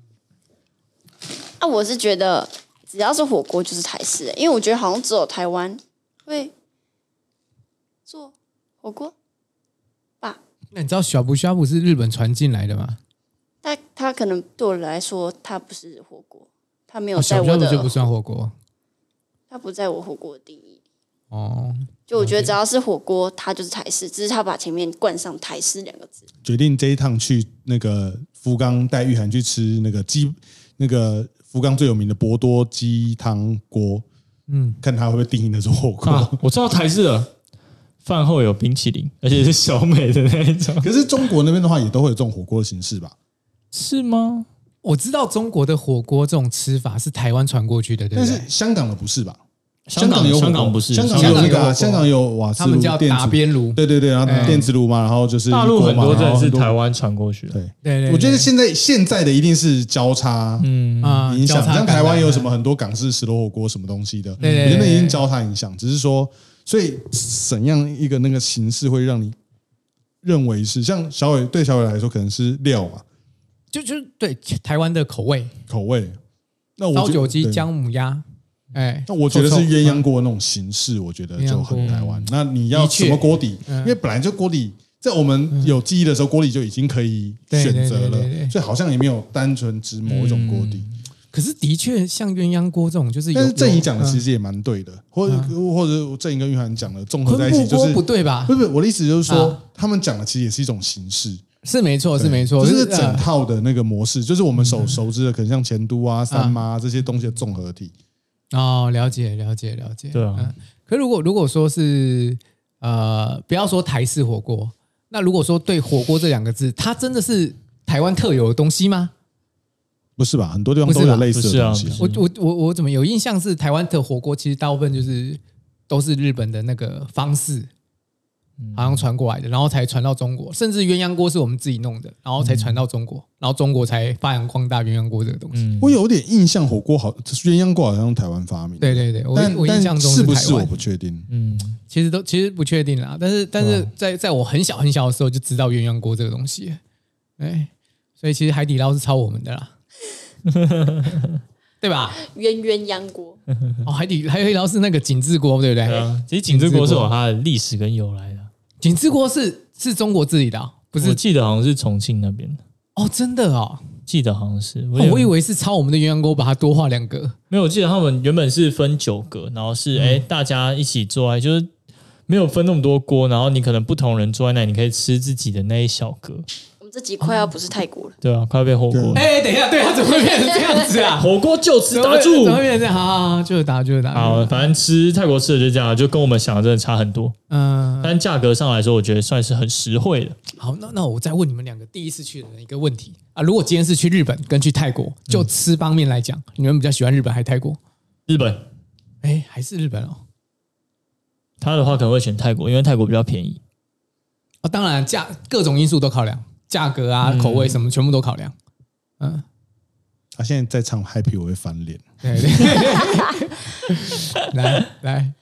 啊，我是觉得只要是火锅就是台式、欸，因为我觉得好像只有台湾会做火锅吧。 那你知道小布小布是日本传进来的吗？ 但它可能对我来说，它不是火锅，它没有在我的、哦、 小布就不算火锅。 它不在我火锅的定义哦， 就我觉得只要是火锅，它就是台式，只是他把前面冠上台式两个字。 决定这一趟去那个福冈带玉涵去吃那个鸡，那个福冈最有名的博多鸡汤锅，嗯，看他会不会定义那种火锅、 啊。我知道台式的饭后有冰淇淋，而且是小美的那一种。 可是中国那边的话，也都会有这种火锅的形式吧？ 是吗？ 我知道中国的火锅这种吃法是台湾传过去的，对不对？ 但是香港的不是吧？ 香港有香港不是， 香港有那个、啊，香港有瓦斯炉， 他们叫打边炉， 对对对，然后电磁炉嘛，然后就是大陆很多真的是台湾传过去的， 对对对。 我觉得现在现在的一定是交叉嗯影响，像台湾有什么很多港式石头火锅什么东西的，我觉得已经交叉影响，只是说，所以怎样一个那个形式会让你认为是像小伟对小伟来说可能是料嘛。 就就对台湾的口味， 口味。那我烧酒鸡、姜母鸭，哎， 那我觉得是鸳鸯锅那种形式，我觉得就很台湾。那你要什么锅底？因为本来就锅底，在我们有记忆的时候，锅底就已经可以选择了，所以好像也没有单纯指某一种锅底。 可是的确，像鸳鸯锅这种，就是但是郑怡讲的其实也蛮对的，或者或者郑怡跟玉涵讲的综合在一起，就是不对吧？ 不是，我的意思就是说，他们讲的其实也是一一种形式。 是没错，是没错， 就是整套的那个模式，就是我们所熟知的，可能像前都啊、三妈这些东西的综合体。 哦，了解，了解，了解。 对啊。 嗯、可如果如果说是呃，不要说台式火锅，那如果说对火锅这两个字，它真的是台湾特有的东西吗？ 不是吧？很多地方都有类似的东西、啊。 我我我我怎么有印象是台湾的火锅，其实大部分就是都是日本的那个方式。好像传过来的，然后才传到中国，甚至鸳鸯锅是我们自己弄的，然后才传到中国，然后中国才发扬光大鸳鸯锅这个东西。 嗯、我有点印象，火锅好鸳鸯锅好像用台湾发明。 对对对，我但我印象中是不是我不确定。 嗯，其实都其实不确定啦，但是但是在在我很小很小的时候就知道鸳鸯锅这个东西，哎，所以其实海底捞是抄我们的啦。 对吧？ 鸳鸳鸯锅哦，海底海底捞是那个景治锅，对不对？ 对啊，其实景治锅是有它的历史跟由来的。 景治锅是是中国治理的、哦，不是？ 我记得好像是重庆那边的。 哦，真的哦， 记得好像是。我, 哦、我以为是抄我们的鸳鸯锅，把它多画两格。 没有，我记得他们原本是分九格，然后是哎、嗯、大家一起坐在，就是没有分那么多锅，然后你可能不同人坐在那里，你可以吃自己的那一小格。 我们这集快要不是泰国了， 对啊，快要变火锅。 哎、欸，等一下，对啊，怎么会变成这样子啊？ 火锅就此打住， 怎么会变成这样？好好好，就是打，就是打。 好，反正吃泰国吃的就这样，就跟我们想的真的差很多。嗯，但价格上来说，我觉得算是很实惠的。 好，那那我再问你们两个第一次去的一个问题啊，如果今天是去日本跟去泰国，就吃方面来讲，嗯、你们比较喜欢日本还是泰国？ 日本。 哎、欸，还是日本哦。 他的话可能会选泰国，因为泰国比较便宜。 哦，当然价各种因素都考量。价格啊、口味什么全部都考量，嗯， 他、啊、现在在唱 Happy 我会翻脸， 对对来来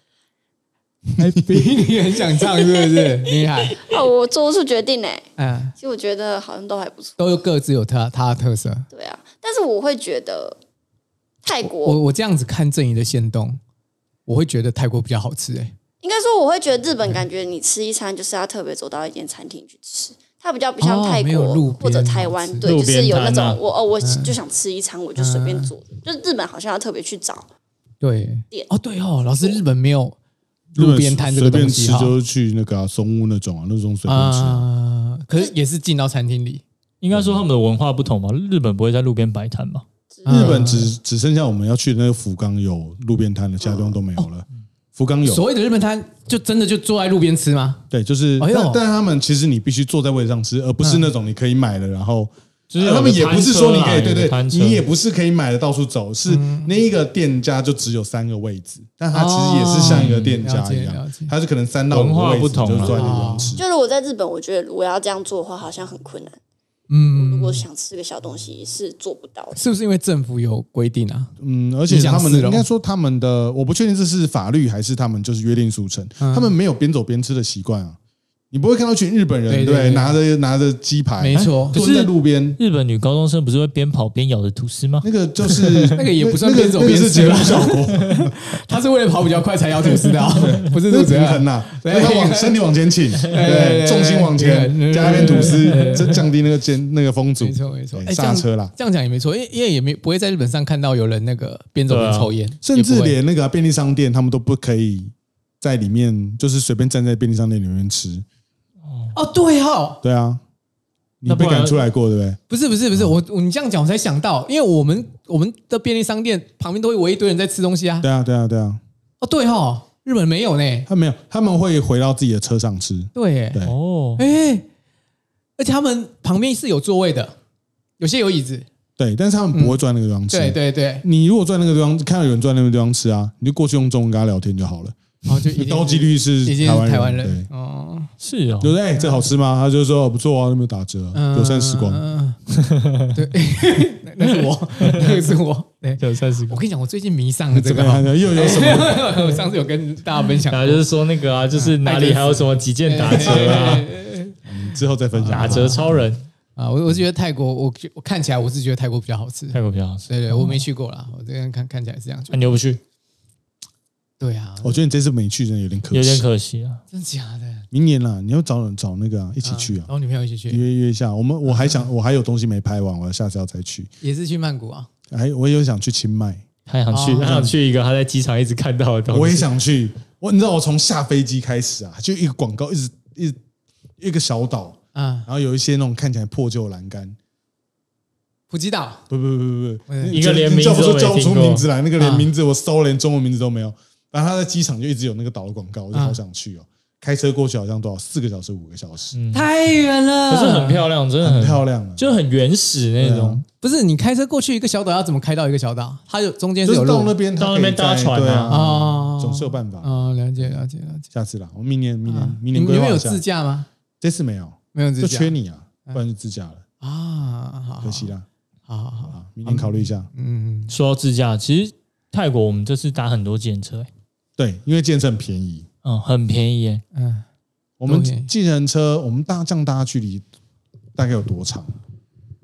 ，Happy 你很想唱是不是？厉害哦，我做出决定哎， 嗯， 其实我觉得好像都还不错， 都有各自有它它的特色， 对啊，但是我会觉得泰国， 我我这样子看正义的限动，我会觉得泰国比较好吃哎、欸， 应该说我会觉得日本感觉你吃一餐就是要特别走到一间餐厅去吃。它比较不像泰国、哦、或者台湾，对，就是有那种、啊、我哦，我就想吃一餐，我就随便做。嗯、就是日本好像要特别去找对店哦，对哦，老师日本没有路边摊这个东西， 随便吃就是去那个、啊、松屋那种啊，那种随便吃、啊， 可是也是进到餐厅里。 应该说他们的文化不同吧？日本不会在路边摆摊吧？ 日本只只剩下我们要去的那个福冈有路边摊的，其他地方都没有了。哦福冈有所谓的日本摊，就真的就坐在路边吃吗？ 对，就是，哎、但但他们其实你必须坐在位置上吃，而不是那种你可以买了，然后就是他们也不是说你可以，对对，你也不是可以买的到处走，是那一个店家就只有三个位置，但它其实也是像一个店家一样，它是可能三到五个位置就坐在那边吃。 就如果在日本，我觉得我要这样做的话，好像很困难。嗯，如果想吃个小东西是做不到的， 是不是因为政府有规定啊？ 嗯，而且他们的应该说他们的，我不确定这是法律还是他们就是约定俗成，嗯、他们没有边走边吃的习惯啊。你不会看到一群日本人对, 对, 对, 对拿着拿着鸡排， 没错， 蹲在路边。 日本女高中生不是会边跑边咬着吐司吗？ 那个就是那个也不算边走边吃， 节目效果。 他是为了跑比较快才咬吐司的、哦，不是平衡呐。他往身体往前倾，对，重心往前，加一片吐司，这降低那个肩那个风阻。 没错没错， 刹车啦。 这样讲也没错，因为因为也没不会在日本上看到有人那个边走边抽烟， 甚至连那个便利商店他们都不可以在里面，就是随便站在便利商店里面吃。 哦，对哦， 对啊，你被赶出来过对不对？ 不是不是不是，我你这样讲我才想到，因为我们我们的便利商店旁边都会围一堆人在吃东西啊。 对啊对啊对啊。 哦对哦，日本没有呢， 他没有，他们会回到自己的车上吃。 对对哦，哎，而且他们旁边是有座位的，有些有椅子。 对，但是他们不会坐在那个地方吃。 对对对， 你如果坐在那个地方，看到有人坐在那个地方吃啊，你就过去用中文跟他聊天就好了。 哦，就高几率是台湾人， 台湾人对哦， 是哦， 对不对？这好吃吗？他就说不错啊，有没有打折？友善时光， 对，那是我，那个是我， 友善时光。 我跟你讲，我最近迷上了这个， 又有什么？ 我上次有跟大家分享， 就是说那个啊，就是哪里还有什么几件打折啊？ 之后再分享。 打折超人啊，我我觉得泰国，我我看起来我是觉得泰国比较好吃， 泰国比较好吃。 对对，我没去过啦，我这边看看起来是这样。 那你又不去？ 对啊， 我觉得你这次没去真的有点可惜， 有点可惜啊！ 真的假的？ 明年啦，你要找找那个、啊、一起去啊， 找女朋友一起去， 约约一下。我们我还想，我还有东西没拍完，我下次要再去。 也是去曼谷啊？ 哎，我也有想去清迈， 他想去，他想去一个他在机场一直看到的东西。 我也想去，我你知道，我从下飞机开始啊，就一个广告，一直一直一个小岛，嗯，然后有一些那种看起来破旧的栏杆。 普吉岛？ 不不不不不， 一个连名字叫都没叫不出听过名字来，那个连名字我搜连中文名字都没有。然后他在机场就一直有那个岛的广告，我就好想去哦。开车过去好像多少四个小时五个小时， 太远了。 可是很漂亮，真的很漂亮， 就很原始那种。 不是你开车过去一个小岛，要怎么开到一个小岛？它有中间是有路，到那边到那边搭船啊，总是有办法啊。了解了解了解。 下次啦，我明年明年明年规划一下。 你们有自驾吗？ 这次没有， 没有自驾， 就缺你啊，不然就自驾了啊， 可惜啦。 好好好， 明年考虑一下。 嗯， 说到自驾，其实泰国我们这次搭很多计程车， 对，因为计程车很便宜， 嗯，很便宜耶。 嗯， 我们计程车，我们搭这样搭距离大概有多长？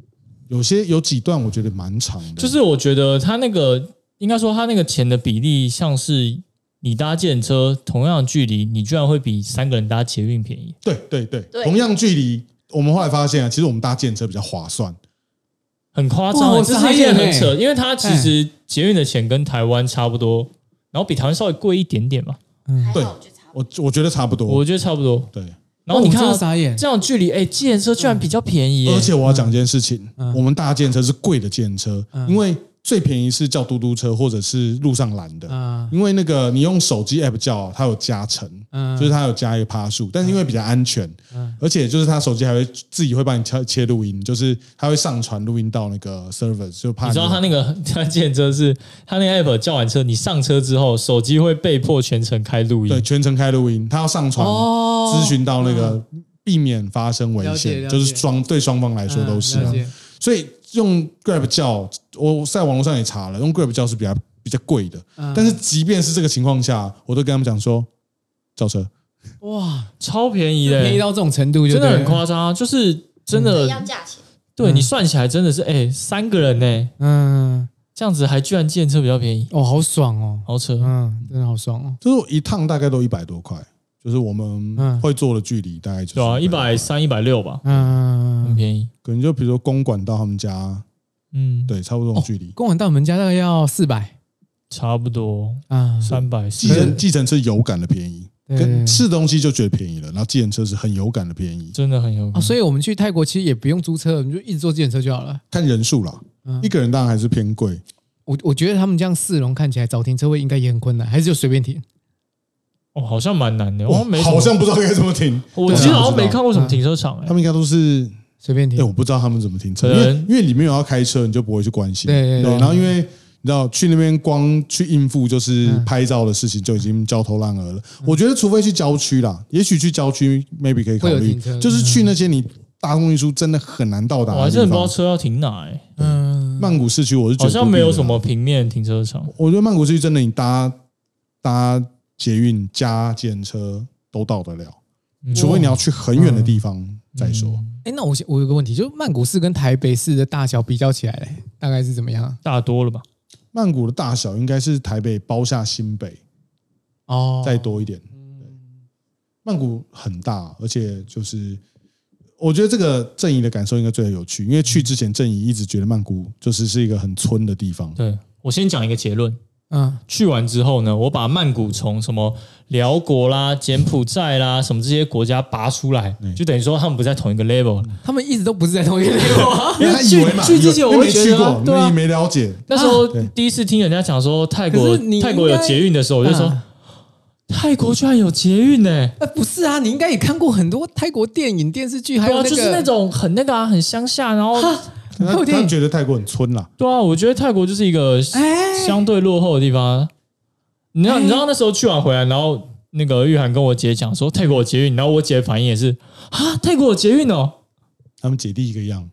有些有几段我觉得蛮长的， 就是我觉得他那个应该说他那个钱的比例，像是你搭计程车同样的距离，你居然会比三个人搭捷运便宜。 对对对， 对同样距离，我们后来发现啊，其实我们搭计程车比较划算。 很夸张、欸，这是一件很扯，因为它其实捷运的钱跟台湾差不多，然后比台湾稍微贵一点点嘛。 嗯，对，我我觉得差不多， 我觉得差不多。 对， 然后你看、 哦、傻眼这样距离，哎，计程车居然比较便宜、欸， 而且我要讲一件事情，嗯、我们搭计程车是贵的计程车，嗯、因为最便宜是叫嘟嘟车或者是路上拦的，嗯、因为那个你用手机 app 叫，它有加成，嗯、就是它有加一个趴数，但是因为比较安全，嗯、而且就是它手机还会自己会帮你切切录音，就是它会上传录音到那个 server， 就怕你, 你知道它那个它计程车是它那个 app 叫完车，你上车之后，手机会被迫全程开录音， 对，全程开录音，它要上传咨询到那个。嗯避免发生危险，就是双对双方来说都是、啊嗯。所以用 Grab 叫，我在网络上也查了，用 Grab 叫是比较比较贵的。嗯、但是即便是这个情况下，我都跟他们讲说，叫车， 哇， 超便宜的、欸， 便宜到这种程度就， 真的很夸张啊！就是真的， 一样价钱。 对你算起来真的是，哎、欸，三个人呢、欸，嗯，这样子还居然计程车比较便宜， 哦，好爽哦， 好扯， 嗯，真的好爽哦。 就是一趟大概都一百多块。就是我们会做的距离大概就是对啊，一百三、一百六吧，嗯，很便宜。 可能就比如说公馆到他们家，嗯，对，差不多这种距离。 哦、公馆到我们家大概要四百， 差不多啊，三百。 计程计程车有感的便宜，跟吃东西就觉得便宜了，然后计程车是很有感的便宜， 真的很有感、 哦。所以我们去泰国其实也不用租车，我们就一直坐计程车就好了。 看人数啦，嗯、一个人当然还是偏贵。 我我觉得他们这样四龙看起来找停车位应该也很困难，还是就随便停。 哦，好像蛮难的，我没好像不知道该怎么停。 我其实好像没看过什么停车场、欸， 他们应该都是随便停。 哎，我不知道他们怎么停车，因为因为里面有要开车，你就不会去关心。 对对对。 然后因为你知道去那边光去应付就是拍照的事情就已经焦头烂额了。我觉得除非去郊区啦，也许去郊区 maybe 可以考虑，就是去那些你大众运输真的很难到达的地方。 我还是很不知道车要停哪哎。 嗯，曼谷市区我是觉得好像没有什么平面停车场。 我觉得曼谷市区真的你搭搭。捷运加计程车都到得了，除非你要去很远的地方再说。 哎、嗯嗯，那我我有个问题，就曼谷市跟台北市的大小比较起来嘞，大概是怎么样？ 大多了吧？ 曼谷的大小应该是台北包下新北哦，再多一点。曼谷很大，而且就是我觉得这个正义的感受应该最有趣，因为去之前正义一直觉得曼谷就是是一个很村的地方。 对，我先讲一个结论。嗯，去完之后呢，我把曼谷从什么辽国啦、柬埔寨啦什么这些国家拔出来，就等于说他们不在同一个 level， 他们一直都不是在同一个 level 啊。 因为去去之前我会觉得， 对啊，你没了解。 那时候第一次听人家讲说泰国泰国有捷运的时候，我就说泰国居然有捷运呢、欸？ 呃，不是啊，你应该也看过很多泰国电影、电视剧，还有、那个、 就是那种很那个啊，很乡下，然后。 他, 他觉得泰国很村啦， 对啊，我觉得泰国就是一个相对落后的地方、啊。你知道，你知道那时候去完回来，然后那个玉涵跟我姐讲说泰国有捷运，然后我姐的反应也是啊，泰国有捷运哦。 他们姐弟一个样，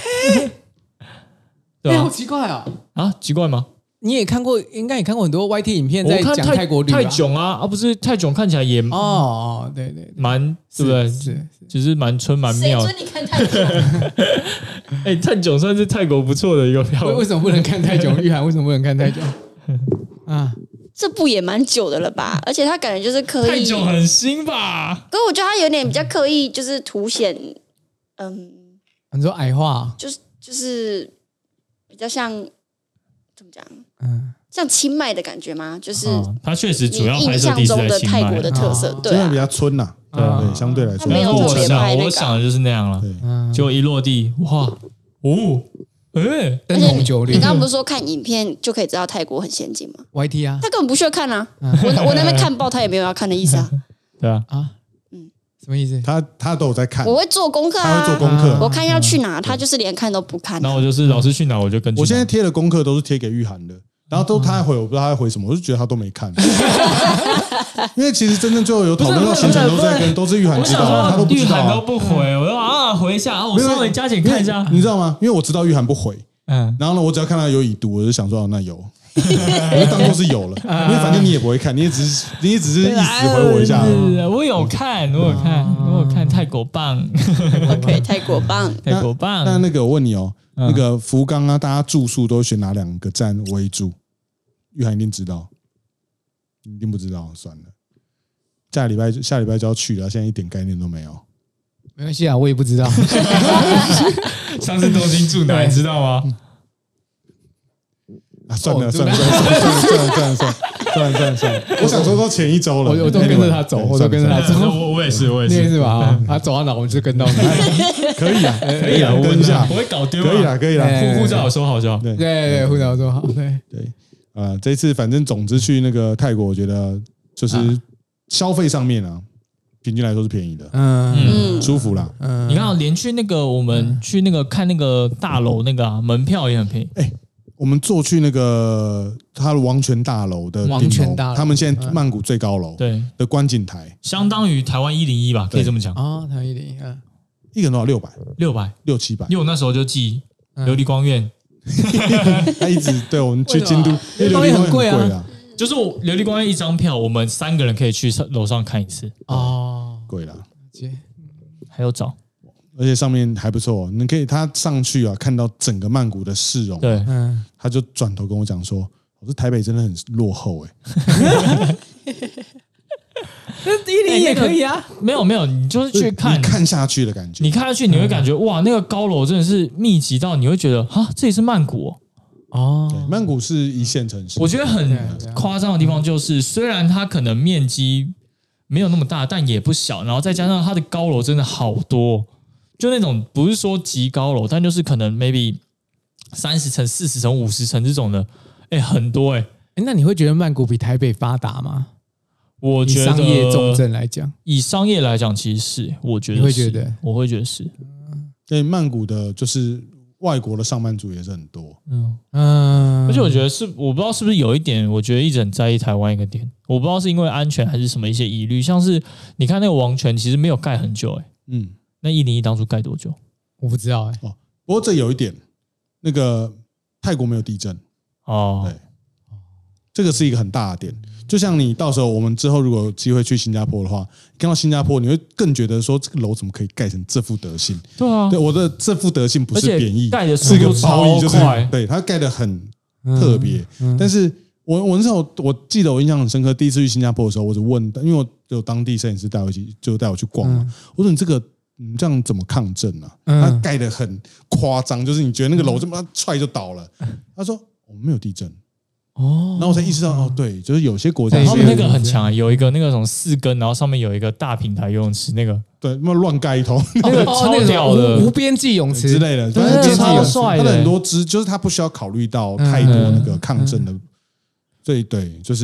对啊，好奇怪啊！ 啊，奇怪吗？ 你也看过，应该也看过很多 Y T 影片在讲泰国旅吧？ 泰囧啊，啊不是泰囧看起来也哦哦，对对， 蛮对不对？是，就是蛮村蛮妙。 谁准你看泰囧？ 哎，泰囧算是泰国不错的一个票。 为什么不能看泰囧？玉涵为什么不能看泰囧？ 啊，这部也蛮久的了吧？而且他感觉就是刻意， 泰囧很新吧？ 可是我觉得他有点比较刻意，就是凸显，嗯， 你说矮化， 就是就是比较像怎么讲？嗯，像清迈的感觉吗？就是他确实主要印象中的泰国的特色，对， 真的比较村呐，对对，相对来说， 没有特别拍那个， 我想的就是那样了。结果一落地，哇哦，哎， 灯红酒绿。 你刚刚不是说看影片就可以知道泰国很先进吗 ？Y T 啊， 他根本不需要看啊，我我那边看报，他也没有要看的意思啊。 对啊， 啊，嗯，什么意思？ 他他都有在看， 我会做功课啊， 他会做功课。 我看要去哪，他就是连看都不看。 然后我就是老师去哪，我就跟。 我现在贴的功课都是贴给玉涵的。然后都他在回，我不知道他在回什么，我就觉得他都没看，因为其实真正最后有讨论到行程都在跟都是玉涵知道，他都不知道， 玉涵都不回，我说啊回一下啊，我稍微加减看一下， 你知道吗？因为我知道玉涵不回，嗯，然后呢，我只要看到有已读，我就想说那有，我就当做是有了，因为反正你也不会看，你也只是你也只是意思回我一下， 我有看，我有看，我有看泰国棒 ，OK， 泰国棒， 泰国棒。 那那个我问你哦。 那个福冈啊，大家住宿都选哪两个站为主？玉涵一定知道，你一定不知道，算了。下礼拜下礼拜就要去了，现在一点概念都没有。 没关系啊，我也不知道。 上次东京住哪，你知道吗？ 啊，算了算了算了算了算了算了算了算了算了，我想说都前一周了， 我我都跟着他走，我都跟着他走。 我我也是我也你也是是吧？他走到哪我们就跟到哪。 可以啊可以啊，我跟一下， 我会搞丢， 可以啦可以啦， 护护照有收好就好。 对对对，护照收好。对对，呃，这次反正总之去那个泰国，我觉得就是消费上面啊，平均来说是便宜的，嗯，舒服啦。 你看，连去那个我们去那个看那个大楼那个啊，门票也很便宜。 哎，我们坐去那个它的王权大楼的王顶楼， 权大楼他们现在曼谷最高楼对的观景台， 相当于台湾一零一吧，可以这么讲。 啊，台湾一零，嗯， 一个人多少？六百、 六百、 六七百。 因为我那时候就记琉璃光院， 他一直对我们去京都， 因为琉璃光院很贵啊， 就是我琉璃光院一张票，我们三个人可以去楼上看一次。 哦， 贵啦， 还有找。 而且上面还不错，你可以他上去啊，看到整个曼谷的市容， 对， 嗯， 他就转头跟我讲说：“我说台北真的很落后哎、欸。” 那一零也可以啊， 没有没有，你就是去看， 你看下去的感觉， 你看下去你会感觉哇，那个高楼真的是密集到你会觉得哈，这里是曼谷哦。 对，曼谷是一线城市， 我觉得很夸张的地方就是，虽然它可能面积没有那么大，但也不小，然后再加上它的高楼真的好多。就那种不是说极高楼，但就是可能 maybe 三十层、四十层、五十层这种的，哎，很多哎、 欸。那你会觉得曼谷比台北发达吗？ 我觉得以商业重镇来讲， 以商业来讲，其实是我觉得你会觉得， 我会觉得是。 对，曼谷的就是外国的上班族也是很多， 嗯嗯， 而且我觉得是，我不知道是不是有一点，我觉得一直很在意台湾一个点，我不知道是因为安全还是什么一些疑虑，像是你看那个王权其实没有盖很久哎、欸，嗯。那一零一当初盖多久？ 我不知道哎、 欸。哦，不过这有一点，那个泰国没有地震哦，对，这个是一个很大的点。就像你到时候我们之后如果有机会去新加坡的话，看到新加坡，你会更觉得说这个楼怎么可以盖成这副德性？ 对啊， 对，我的这副德性不是贬义， 盖的是一个褒义，就是快对它盖的很特别。嗯嗯、但是我我那时候我记得我印象很深刻，第一次去新加坡的时候，我就问，因为我有当地摄影师带我一起，就带我去逛嘛，嗯、我说你这个。你这样怎么抗震啊？嗯、它盖得很夸张，就是你觉得那个楼这么踹就倒了。他说我们没有地震哦，然后我才意识到哦，对，就是有些国家他们那个很强、欸，有一个那个什么四根，然后上面有一个大平台游泳池，那个对，那么乱盖一通， 那个超屌的、 哦、无边际泳池之类的， 对，那超帅的。 它的很多支就是它不需要考虑到太多那个抗震的，所以对，就是。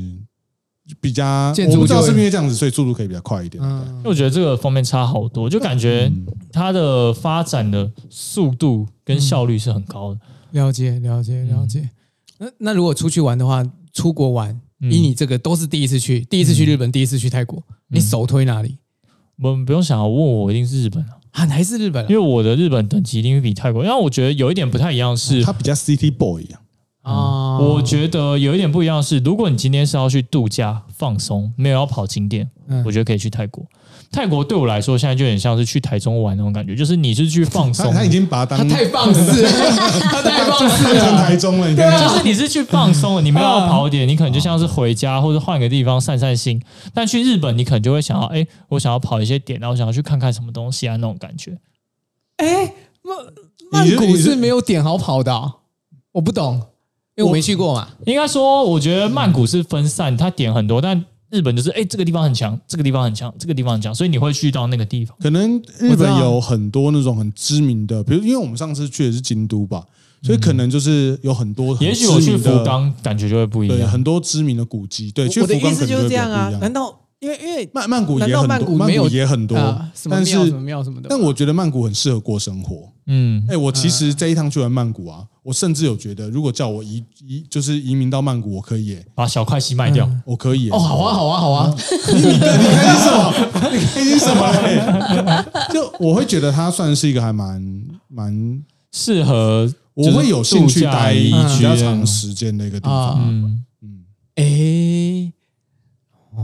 比较，我不知道是不是因为这样子，所以速度可以比较快一点。 嗯，因为我觉得这个方面差好多，就感觉它的发展的速度跟效率是很高的。 了解，了解，了解。那那如果出去玩的话，出国玩，以你这个都是第一次去，第一次去日本，第一次去泰国，你首推哪里？ 我们不用想，问我一定是日本啊， 啊，还是日本？ 因为我的日本等级一定会比泰国，因为我觉得有一点不太一样是， 它比较 City Boy 啊。 啊、嗯，我觉得有一点不一样的是，如果你今天是要去度假放松，没有要跑景点，嗯、我觉得可以去泰国。泰国对我来说，现在就有点像是去台中玩那种感觉，就是你是去放松， 他已经把它当他太放肆了，他太放肆了， 台中了，你看， 就是你是去放松了，你没有要跑点，你可能就像是回家或者换个地方散散心。但去日本，你可能就会想要，哎、欸，我想要跑一些点，然后我想要去看看什么东西啊，那种感觉。 哎、欸，曼曼谷是没有点好跑的、哦，我不懂。因为我没去过嘛， 应该说，我觉得曼谷是分散，它点很多，但日本就是，哎、欸，这个地方很强，这个地方很强，这个地方很强，所以你会去到那个地方。 可能日本有很多那种很知名的，比如因为我们上次去的是京都吧，所以可能就是有很多很也许我去福冈感觉就会不一样， 对，很多知名的古迹，对，去福冈可能就会不一样啊。难道因为因为曼曼谷也很多，曼谷也很多， 啊、什么庙什么庙什么的。 但我觉得曼谷很适合过生活。嗯，哎、欸，我其实这一趟去完曼谷啊，我甚至有觉得，如果叫我移移就是移民到曼谷，我可以耶、欸， 把小块西卖掉， 嗯、我可以耶、 欸。哦，好啊，好啊，好啊！ 你你你开心什么？你开心什么、欸？就我会觉得它算是一个还蛮蛮适合， 我会有兴趣待比较长时间的一个地方。嗯嗯， 哎。哦，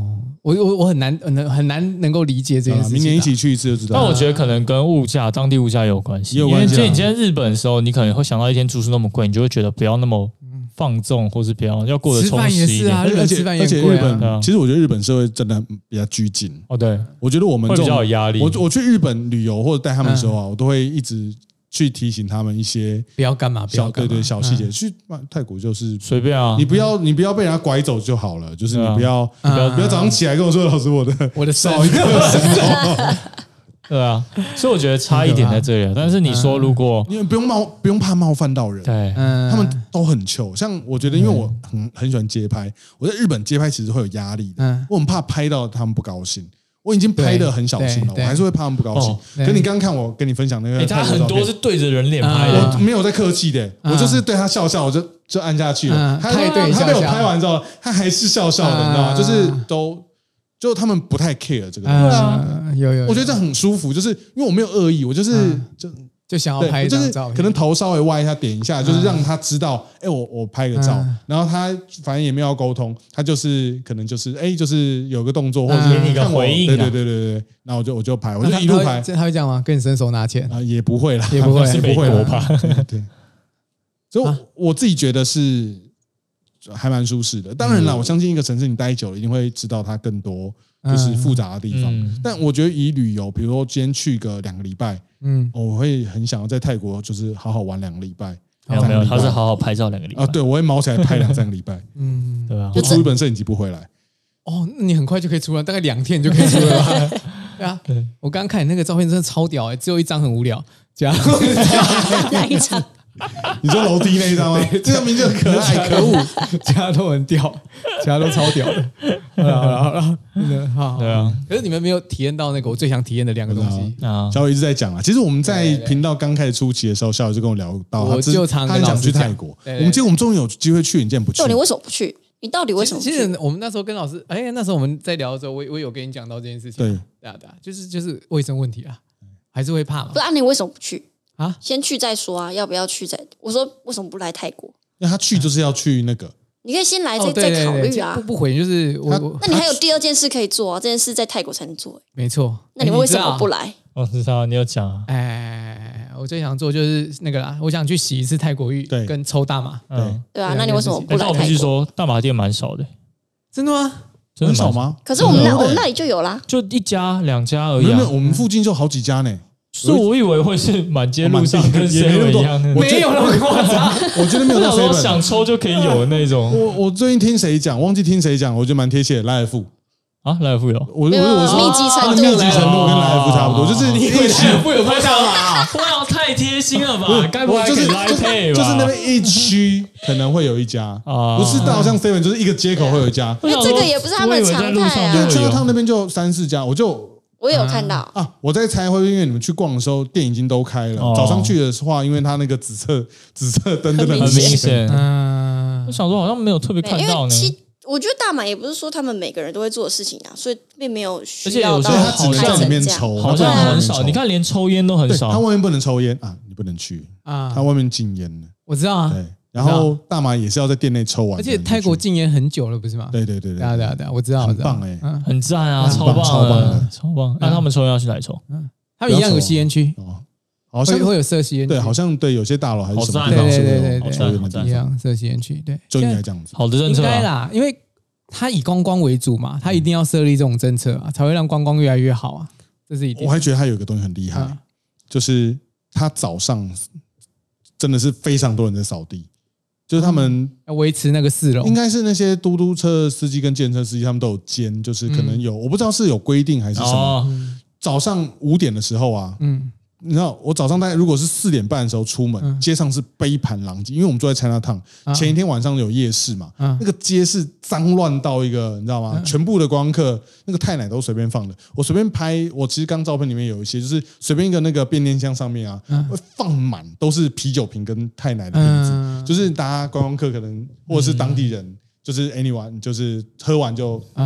我我我很难很很难能够理解这件事情、啊。 明年一起去一次就知道。 但我觉得可能跟物价、当地物价有关系， 也有关系、啊。 因为你今天日本的时候，你可能会想到一天住宿那么贵，你就会觉得不要那么放纵，或是不要要过得充实一点。 啊、 而且而且日本、 啊， 其实我觉得日本社会真的比较拘谨。 哦，对， 我觉得我们这种会比较有压力。 我我去日本旅游或者带他们的时候啊，嗯、我都会一直去提醒他们一些不要干嘛，不要干嘛对对小细节。 嗯、 去泰国就是随便啊， 你不要你不要被人家拐走就好了，就是你不要、 啊、 不要不要早上起来跟我说老师我的我的少一个神。 对啊，所以我觉得差一点在这里。但是你说如果因为不用冒不用怕冒犯到人， 对， 他们都很糗。像我觉得，因为我很很喜欢街拍，我在日本街拍其实会有压力的，我很怕拍到他们不高兴。我已经拍的很小心了，我还是会怕他们不高兴。可你刚刚看我跟你分享那个， 他很多是对着人脸拍的， 我没有在客气的，我就是对他笑笑，我就就按下去了。他他被我拍完之后，他还是笑笑的，你知道吗？就是都。就他们不太 care 这个东西， 啊、有, 有有， 我觉得这很舒服，就是因为我没有恶意，我就是、嗯、就就想要拍一张照片， 可能头稍微歪一下，点一下，就是让他知道，哎、欸，我我拍个照，嗯、然后他反正也没有要沟通，他就是可能就是哎、欸，就是有个动作或者给你个回应、啊， 对对对对对，然后我就我就拍，我就一路拍， 他 会, 他会这样吗？跟你伸手拿钱啊？也不会啦， 也不会， 是不会我怕， 对，所以我,、啊、我自己觉得是还蛮舒适的。当然啦，嗯、我相信一个城市你待久了，一定会知道它更多。就是复杂的地方，嗯、但我觉得以旅游，比如说今天去个两个礼拜，嗯，我会很想要在泰国就是好好玩两个礼拜。 没有没有，他是好好拍照两个礼拜啊，对我会毛起来拍两三个礼拜， 嗯，对啊， 就出一本摄影集不回来。 哦，那你很快就可以出了，大概两天你就可以出了吧？对啊，对我刚刚看你那个照片真的超屌哎、欸，只有一张很无聊，假哪一张？ 你说楼梯那一张吗？这张名就可爱可恶， 其他都很屌，其他都超屌的。好了好了好了，好， 对啊。 可是你们没有体验到那个我最想体验的两个东西啊。小伟一直在讲啊，其实我们在频道刚开始初期的时候，小伟就跟我聊到， 我就常他想去泰国。我们今天我们终于有机会去，你竟然不去？ 对，你为什么不去？你到底为什么不去？ 其实我们那时候跟老师，哎，那时候我们在聊的时候，我我有跟你讲到这件事情。 对， 对啊对啊，就是就是卫生问题啊，还是会怕嘛。 不然你为什么不去？ 啊， 先去再说啊，要不要去再？我说为什么不来泰国？ 因为他去就是要去那个， 你可以先来再、 哦、 再考虑啊。 不不回就是我， 那你还有第二件事可以做啊，这件事在泰国才能做。 没错， 那你们为什么不来？ 我知道你有讲啊。 哎，我最想做就是那个啦，我想去洗一次泰国浴，跟抽大麻。 嗯， 对啊，那你为什么不来泰国？ 我必须说，大麻店蛮少的。 真的吗？ 很少吗？ 可是我们那我们那里就有啦， 就一家两家而已。 没有，我们附近就好几家呢。 是我以为会是满街路上跟 seven 一样的， 没有那么夸张。 我觉得没有到 seven， 想抽就可以有的那种。 我我最近听谁讲，忘记听谁讲，我觉得蛮贴切的。莱尔富啊，莱尔富有， 我我我说密集程度， 密集程度跟莱尔富差不多，就是你以为莱尔富有拍大麻？ 哇，太贴心了吧？该不会就是来配吧？ 就是那边一区可能会有一家，不是到像 seven， 就是一个街口会有一家。 因为这个也不是他们常态啊。 对，就他们那边就三四家，我就。 我有看到啊！我在猜会因为你们去逛的时候店已经都开了，早上去的话，因为它那个紫色紫色灯真的很明显。 嗯， 我想说好像没有特别看到呢。 其我觉得大麻也不是说他们每个人都会做的事情啊，所以并没有需要。 而且有时候他只能在里面抽， 好像很少。你看连抽烟都很少。 他外面不能抽烟啊，你不能去啊，他外面禁烟了。 我知道啊。 对。然后大麻也是要在店内抽完， 而且泰国禁烟很久了，不是吗？ 对对对对， 对啊对啊对啊，我知道， 很棒哎， 很赞啊，超棒超棒的， 超棒。那他们抽烟要去哪里抽？ 他们一样有吸烟区哦，好像会有设吸烟区， 对，好像对有些大楼还是什么地方是会有抽烟的地方， 一样设吸烟区，对， 就应该这样子。 好的政策应该啦，因为他以观光为主嘛，他一定要设立这种政策啊，才会让观光越来越好啊，这是一定。 我还觉得他有一个东西很厉害，就是他早上真的是非常多人在扫地。就是他们要维持那个四楼， 应该是那些嘟嘟车司机跟计程车司机，他们都有兼，就是可能有，我不知道是有规定还是什么。早上五点的时候啊，嗯，你知道我早上大概如果是四点半的时候出门，街上是杯盘狼藉，因为我们住在 Chinatown，前一天晚上有夜市嘛，那个街是脏乱到一个，你知道吗？全部的观光客那个泰奶都随便放的，我随便拍，我其实刚照片里面有一些，就是随便一个那个变电箱上面啊，会放满都是啤酒瓶跟泰奶的瓶子，就是大家观光客可能或者是当地人，就是 anyone， 就是喝完就啊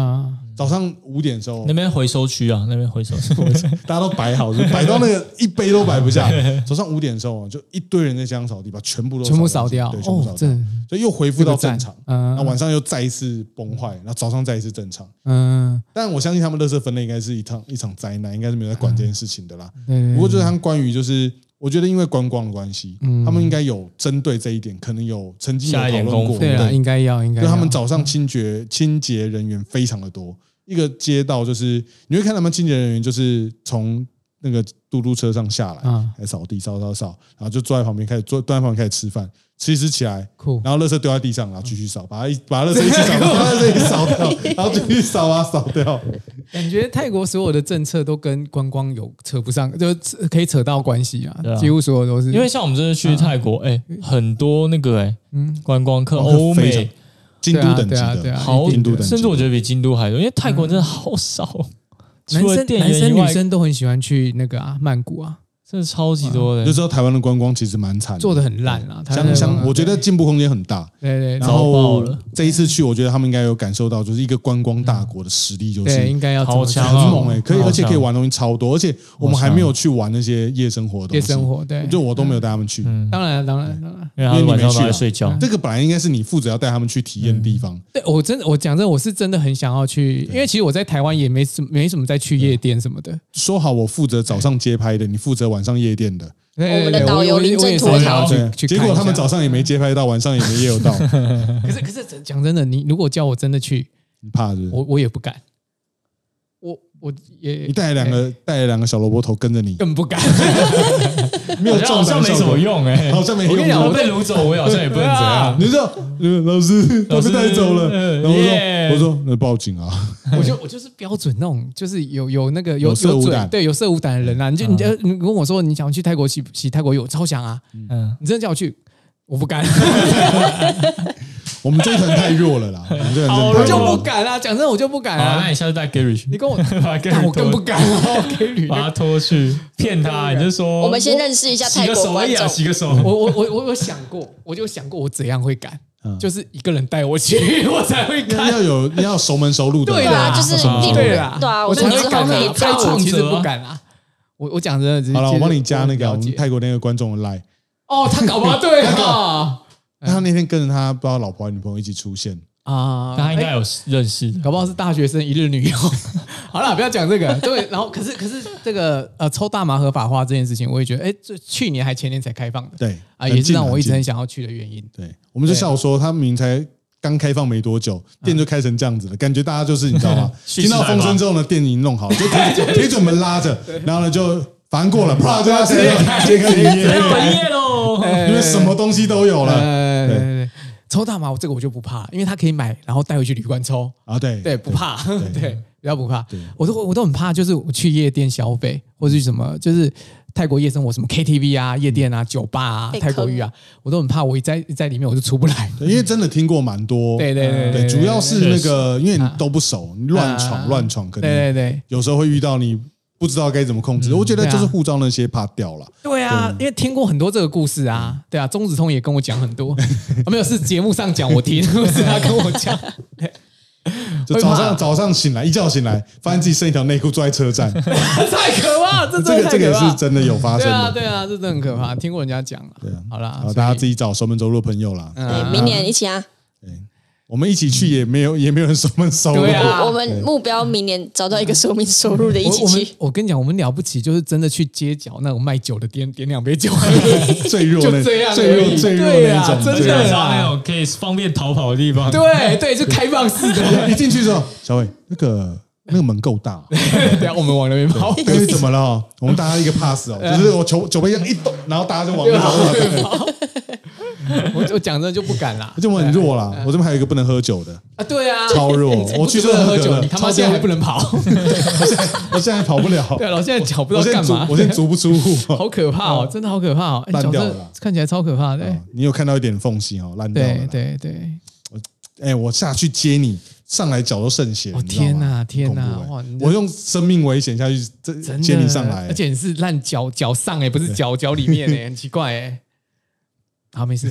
早上五点的时候， 那边回收区啊，那边回收区， 大家都摆好，就摆到那个一杯都摆不下。早上五点的时候，就一堆人在街上扫地，把全部都全部扫掉， 对，全部扫掉， 哦、 所以又恢复到正常。 嗯， 那晚上又再一次崩坏，然后早上再一次正常。 嗯， 但我相信他们垃圾分类应该是一场一场灾难，应该是没有在管这件事情的啦。 嗯、 不过就是他们关于就是。我觉得因为观光的关系，嗯、他们应该有针对这一点，可能有曾经有讨论过。 对啊，应该要，应该要。 就他们早上清洁清洁人员非常的多，一个街道就是你会看他们清洁人员就是从那个嘟嘟车上下来，嗯、来扫地扫扫扫，然后就坐在旁边开始坐，坐在旁边开始吃饭，吃一吃起来，然后垃圾丢在地上，然后继续扫，把它把垃圾一起扫，把垃圾一起扫掉，然后继续扫啊扫掉。 感觉泰国所有的政策都跟观光有扯不上，就可以扯到关系啊，啊几乎所有都是。 因为像我们这次去泰国，哎、啊欸，很多那个哎、欸，嗯，观光客欧美、 京都等级的， 好， 京都等级， 甚至我觉得比京都还多，因为泰国真的好少， 男生男生女生都很喜欢去那个啊曼谷啊。 真的超级多的， 就知道台湾的观光其实蛮惨的， 做的很烂啊。 相相，我觉得进步空间很大。 对对， 然后这一次去，我觉得他们应该有感受到，就是一个观光大国的实力，就是应该要好强， 很猛哎，可以，而且可以玩东西超多，而且我们还没有去玩那些夜生活的东西。 夜生活，对， 就我都没有带他们去。 当然，当然，当然， 因为他们晚上都在睡觉。 这个本来应该是你负责要带他们去体验的地方。 对我真的，我讲真的，我是真的很想要去，因为其实我在台湾也没什没什么在去夜店什么的。 说好我负责早上街拍的，你负责晚上夜店的。 我们的导游林正图条， 结果他们早上也没街拍到，晚上也没夜游到。 可是可是讲真的，你如果叫我真的去， 你怕是不是？ 我我也不敢。我我也你带了两个带了两个小萝卜头跟着你， 更不敢。 没有好像没什么用哎、欸， 好像没用。 我跟你讲，我被掳走，我好像也不能怎样。 你知道，老师他被带走了，然后我说我说那报警啊。 我就我就是标准那种，就是有有那个有有色无胆， 对有色无胆的人啊！你就你就你跟我说你想去泰国洗洗泰国浴，我超想啊！嗯，你真的叫我去，我不敢。 我们这一团太弱了啦，我们这一团我就不敢啊！讲真的，我就不敢啊！ 那你下次带 Gary 去， 你跟我， 把我更不敢啊 ！Gary 把他拖去骗他，你就说我们先认识一下泰国观众， 洗个手。 我我我我有想过，我就想过我怎样会敢。就是一个人带我去，我才会看。 要有你要熟门熟路的， 对啊，就是对啊， 对啊， 我才会敢。 可以开创，其实不敢啊。我我讲真的， 好了，我帮你加那个我们泰国那个观众的 line。 哦，他搞不好对啊。 他那天跟着他不知道老婆还是女朋友一起出现啊， 他应该有认识， 搞不好是大学生一日女友。好了，不要讲这个。对，然后可是可是这个呃抽大麻合法化这件事情，我也觉得，哎，这去年还前年才开放的， 对啊，也是让我一直很想要去的原因。 对，我们就笑说，他明明才刚开放没多久，店就开成这样子了，感觉大家就是你知道吗？听到风声之后呢，店已经弄好，就铁准门拉着，然后呢就反正过了，啪就要直接揭开营业， 营业喽， 因为什么东西都有了。 对对对。抽大麻，这个我就不怕，因为他可以买，然后带回去旅馆抽啊。对对，不怕，对，比较不怕。我都我都很怕，就是我去夜店消费，或者是什么，就是泰国夜生活，什么 K T V 啊、夜店啊、酒吧啊、泰国浴啊，我都很怕，我一在在里面我就出不来。 因为真的听过蛮多， 对对对对，主要是那个，因为你都不熟，你乱闯乱闯，可能对对对， 有时候会遇到你。不知道该怎么控制，我觉得就是护照那些怕掉了。 对啊，因为听过很多这个故事啊，对啊，钟子通也跟我讲很多，没有是节目上讲我听，不是他跟我讲。 就早上早上醒来，一觉醒来，发现自己剩一条内裤坐在车站， 太可怕！这这个这个也是真的有发生的， 对啊对啊，这真的很可怕，听过人家讲了。 对啊， 好啦， 大家自己找熟门熟路的朋友啦。 对，明年一起啊。 对。我们一起去也没有，也没有人熟门熟路。 对啊， 我们目标明年找到一个熟门熟路的一起去。 我跟你讲，我们了不起，就是真的去街角那种卖酒的店，点两杯酒， 最弱那这样， 最弱最弱那种， 真的啊，那种可以方便逃跑的地方。 对对，就开放式的。 一进去之后，小伟，那个那个门够大， 等下我们往那边跑。 因为怎么了？我们大家一个 pass 哦，就是我酒酒杯一样一动，然后大家就往那边跑。 我我讲真的就不敢啦， 而且我很弱啦，我这边还有一个不能喝酒的啊，对啊， 超弱，我去不能喝酒，你他妈现在还不能跑， 我现在我现在跑不了， 对，我现在脚不知道干嘛， 我现在足不出户， 好可怕哦，真的好可怕哦， 烂掉了， 看起来超可怕的。 你有看到一点缝隙哦，烂掉了， 对对对， 我哎，我下去接你，上来脚都渗血， 哦天哪天哪，哇， 我用生命危险下去接你上来， 而且你是烂脚脚上哎，不是脚脚里面哎，很奇怪哎。好，没事。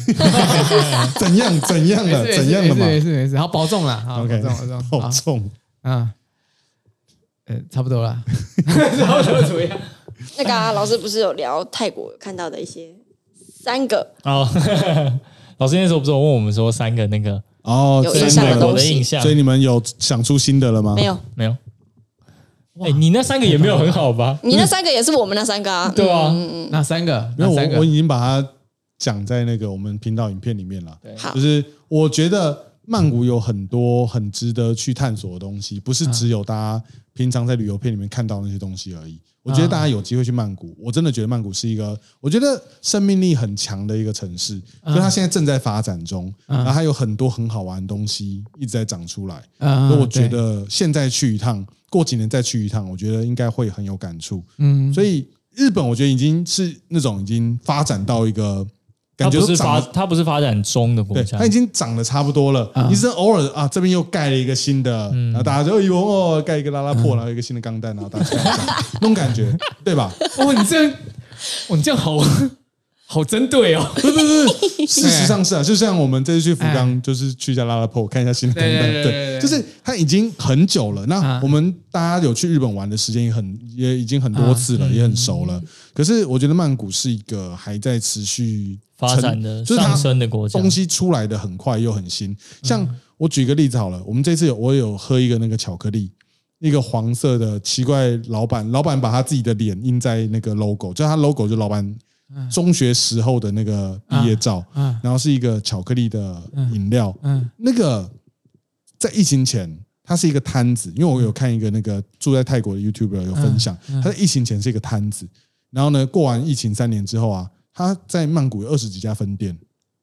怎样怎样了？怎样了嘛？ 没事没事没事。好，保重啦。好，保重保重。 保重啊！ 呃，差不多啦，差不多怎么样？ 那个、啊、老师不是有聊泰国看到的一些三个哦，老师那时候不是有问我们说三个那个哦， 有印象的东西， 所以你们有想出新的了吗？ 没有， 没有。哎、欸，你那三个也没有很好吧？ 你那三个也是我们那三个啊。 对啊， 嗯嗯嗯哪三个？ 因为我我我已经把它讲在那个我们频道影片里面了。 好， 就是我觉得曼谷有很多很值得去探索的东西，不是只有大家平常在旅游片里面看到那些东西而已。我觉得大家有机会去曼谷，我真的觉得曼谷是一个我觉得生命力很强的一个城市，所以它现在正在发展中，然后它有很多很好玩的东西一直在长出来。所以我觉得现在去一趟，过几年再去一趟，我觉得应该会很有感触。嗯，所以日本我觉得已经是那种已经发展到一个。感觉它不是发，它不是发展中的国家， 它已经长得差不多了。嗯、你是偶尔啊，这边又盖了一个新的，嗯、然后大家就以为哦，盖一个拉拉破，嗯、然后一个新的钢弹，然后大家那种感觉，对吧？ 哦，你这样，哦，你这样好好针对哦。 不是不是不是，事实上是啊，就像我们这次去福冈，就是去一下拉拉破，看一下新的钢弹，对，对就是它已经很久了。那我们大家有去日本玩的时间也很，也已经很多次了，也很熟了。可是我觉得曼谷是一个还在持续。 发展的上升的国家， 东西出来的很快又很新。像我举个例子好了，我们这次有我有喝一个那个巧克力，一个黄色的奇怪，老板老板把他自己的脸印在那个 logo， 就他 logo 就老板中学时候的那个毕业照，然后是一个巧克力的饮料。那个在疫情前，它是一个摊子，因为我有看一个那个住在泰国的 YouTuber 有分享，他在疫情前是一个摊子，然后呢，过完疫情三年之後啊。他在曼谷有二十几家分店，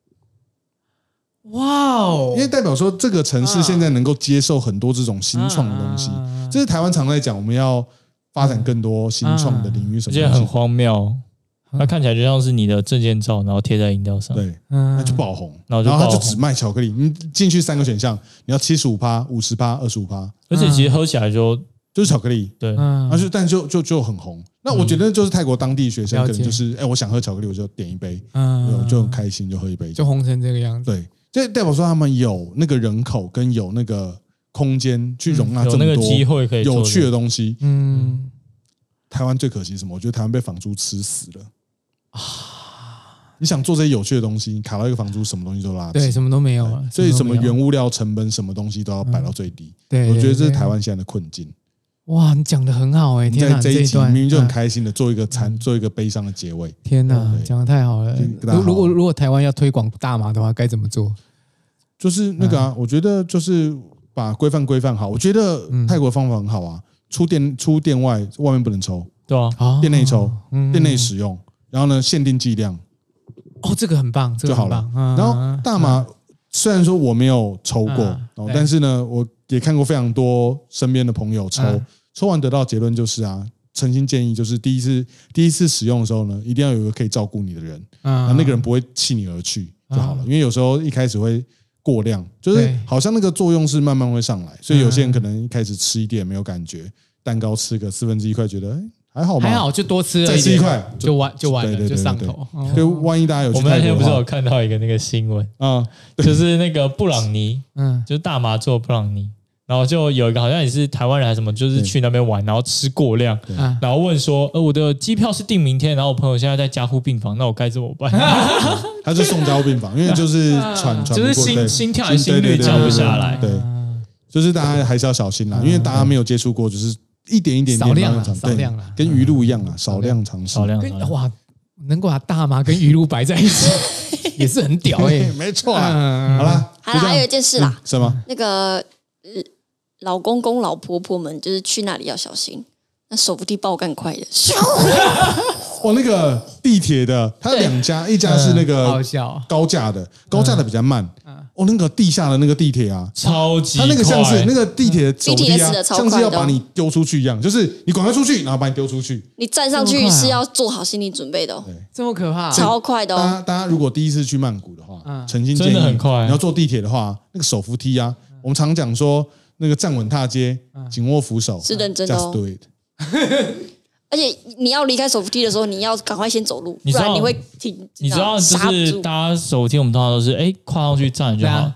哇哦！ 因为代表说这个城市现在能够接受很多这种新创的东西，这是台湾常在讲，我们要发展更多新创的领域什么的。 而且很荒谬，它看起来就像是你的证件照，然后贴在饮料上， 对，那就爆红，然后就他就只卖巧克力，你进去三个选项，你要七十五趴、五十趴、二十五趴， 而且其实喝起来就。 就是巧克力， 对， 而且但就就就很红。那我觉得就是泰国当地学生可能就是，哎，我想喝巧克力，我就点一杯，嗯，就很开心，就喝一杯， 就红成这个样子。 对，这代表说他们有那个人口跟有那个空间去容纳这么多机会可以有趣的东西。嗯，台湾最可惜什么？我觉得台湾被房租吃死了啊！你想做这些有趣的东西，你卡到一个房租，什么东西都垃圾， 对，什么都没有了。 所以什么原物料成本，什么东西都要摆到最低。对，我觉得这是台湾现在的困境。 哇，你讲的很好哎、欸！天哪， 这一集明明就很开心的做一个惨，嗯、做一个悲伤的结尾。 天哪，讲的太好了！如如果如果台湾要推广大麻的话，该怎么做？ 就是那个啊，嗯、我觉得就是把规范规范好。我觉得泰国方法很好啊，出店出店外，外面不能抽， 对啊， 店内抽，嗯、店内使用，然后呢限定剂量。 哦，这个很棒，这个很棒。 就好了。然后大麻、嗯、虽然说我没有抽过，嗯、但是呢，我也看过非常多身边的朋友抽。嗯抽完得到结论就是啊，诚心建议就是第一次第一次使用的时候呢，一定要有一个可以照顾你的人，啊、嗯，那个人不会弃你而去就好了。嗯、因为有时候一开始会过量，就是好像那个作用是慢慢会上来，所以有些人可能一开始吃一点没有感觉，蛋糕吃个四分之一块，觉得哎还好嘛， 还好就多吃了再吃一块就完就完了，就上头。 就万一大家有去泰国的话， 我们那天不是有看到一个那个新闻啊，就是那个布朗尼，嗯，就是大麻做布朗尼。然后就有一个好像也是台湾人还是什么，就是去那边玩，然后吃过量，然后问说：“呃，我的机票是订明天，然后我朋友现在在加护病房，那我该怎么办？” 他是送加护病房，因为就是喘喘， 就是心心跳、心率降不下来。 对，就是大家还是要小心啦，因为大家没有接触过，就是一点一点少量少量啦， 跟鱼露一样啦，少量尝试。 少量哇，能够把大麻跟鱼露摆在一起，也是很屌哎， 没错啊。好了， 好了，还有一件事啦， 什么？ 那个。老公公老婆婆们就是去那里要小心，那手扶梯爆干快的。 哦，那个地铁的，它两家，一家是那个高架的，高架的比较慢。哦，那个地下的那个地铁啊， 超级快， 它那个像是那个地铁手扶梯啊，像是要把你丢出去一样，就是你赶快出去，然后把你丢出去。 你站上去是要做好心理准备的哦， 这么可怕， 超快的哦。 大家大家如果第一次去曼谷的话，诚心建议， 真的很快。 你要坐地铁的话，那个手扶梯啊，我们常讲说。那个站稳踏阶，紧握扶手， 是认真的哦。 Just do it 而且你要离开手扶梯的时候，你要赶快先走路，不然你会停。 你知道，就是搭手扶梯，我们通常都是哎跨上去站就好。 对啊，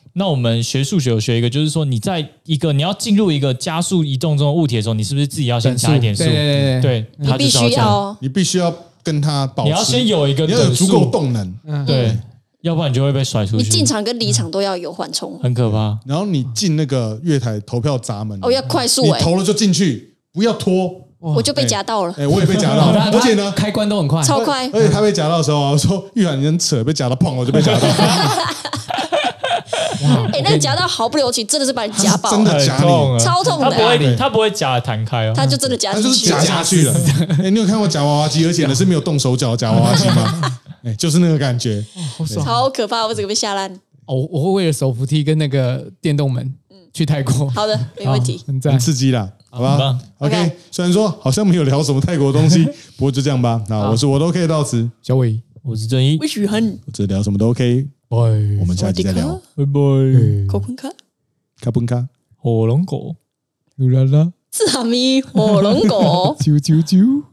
那我们学数学有学一个，就是说你在一个你要进入一个加速移动中的物体的时候，你是不是自己要先加一点速？ 对对对对， 你必须要， 你必须要跟它保持， 你要先有一个你要有足够动能， 嗯、 对，要不然你就会被甩出去。 你进场跟离场都要有缓冲， 很可怕。 然后你进那个月台投票闸门， 哦，要快速你哎、 投了就进去，不要拖。 我就被夹到了， 哎、欸，我也被夹到，而且呢， 开关都很快， 超快。 而且他被夹到的时候啊，我说玉涵你很扯，被夹到碰我就被夹到。 哎、欸，那个夹到毫不留情，真的是把你夹爆， 真的夹你， 超痛的、啊。 他不会，他不会夹得弹开哦， 他就真的夹进去， 他就是夹下去了。哎、欸，你有看过夹娃娃机，而且呢是没有动手脚夹娃娃机吗？哎、欸，就是那个感觉， 好爽， 超可怕，我整个被吓烂。 哦，我会为了手扶梯跟那个电动门去泰国。 好的，没问题， 很赞， 很刺激啦。好吧 ，OK， okay 虽然说好像没有聊什么泰国东西，不过就这样吧。那我是我都 OK 到此， 小伟， 我是正一， 我许恒， 我这聊什么都 OK， 拜， 我们下期再聊， 拜拜。 口喷卡， 卡不卡， 火龙果， 噜啦啦， 是哈咪火龙果， 啾啾啾。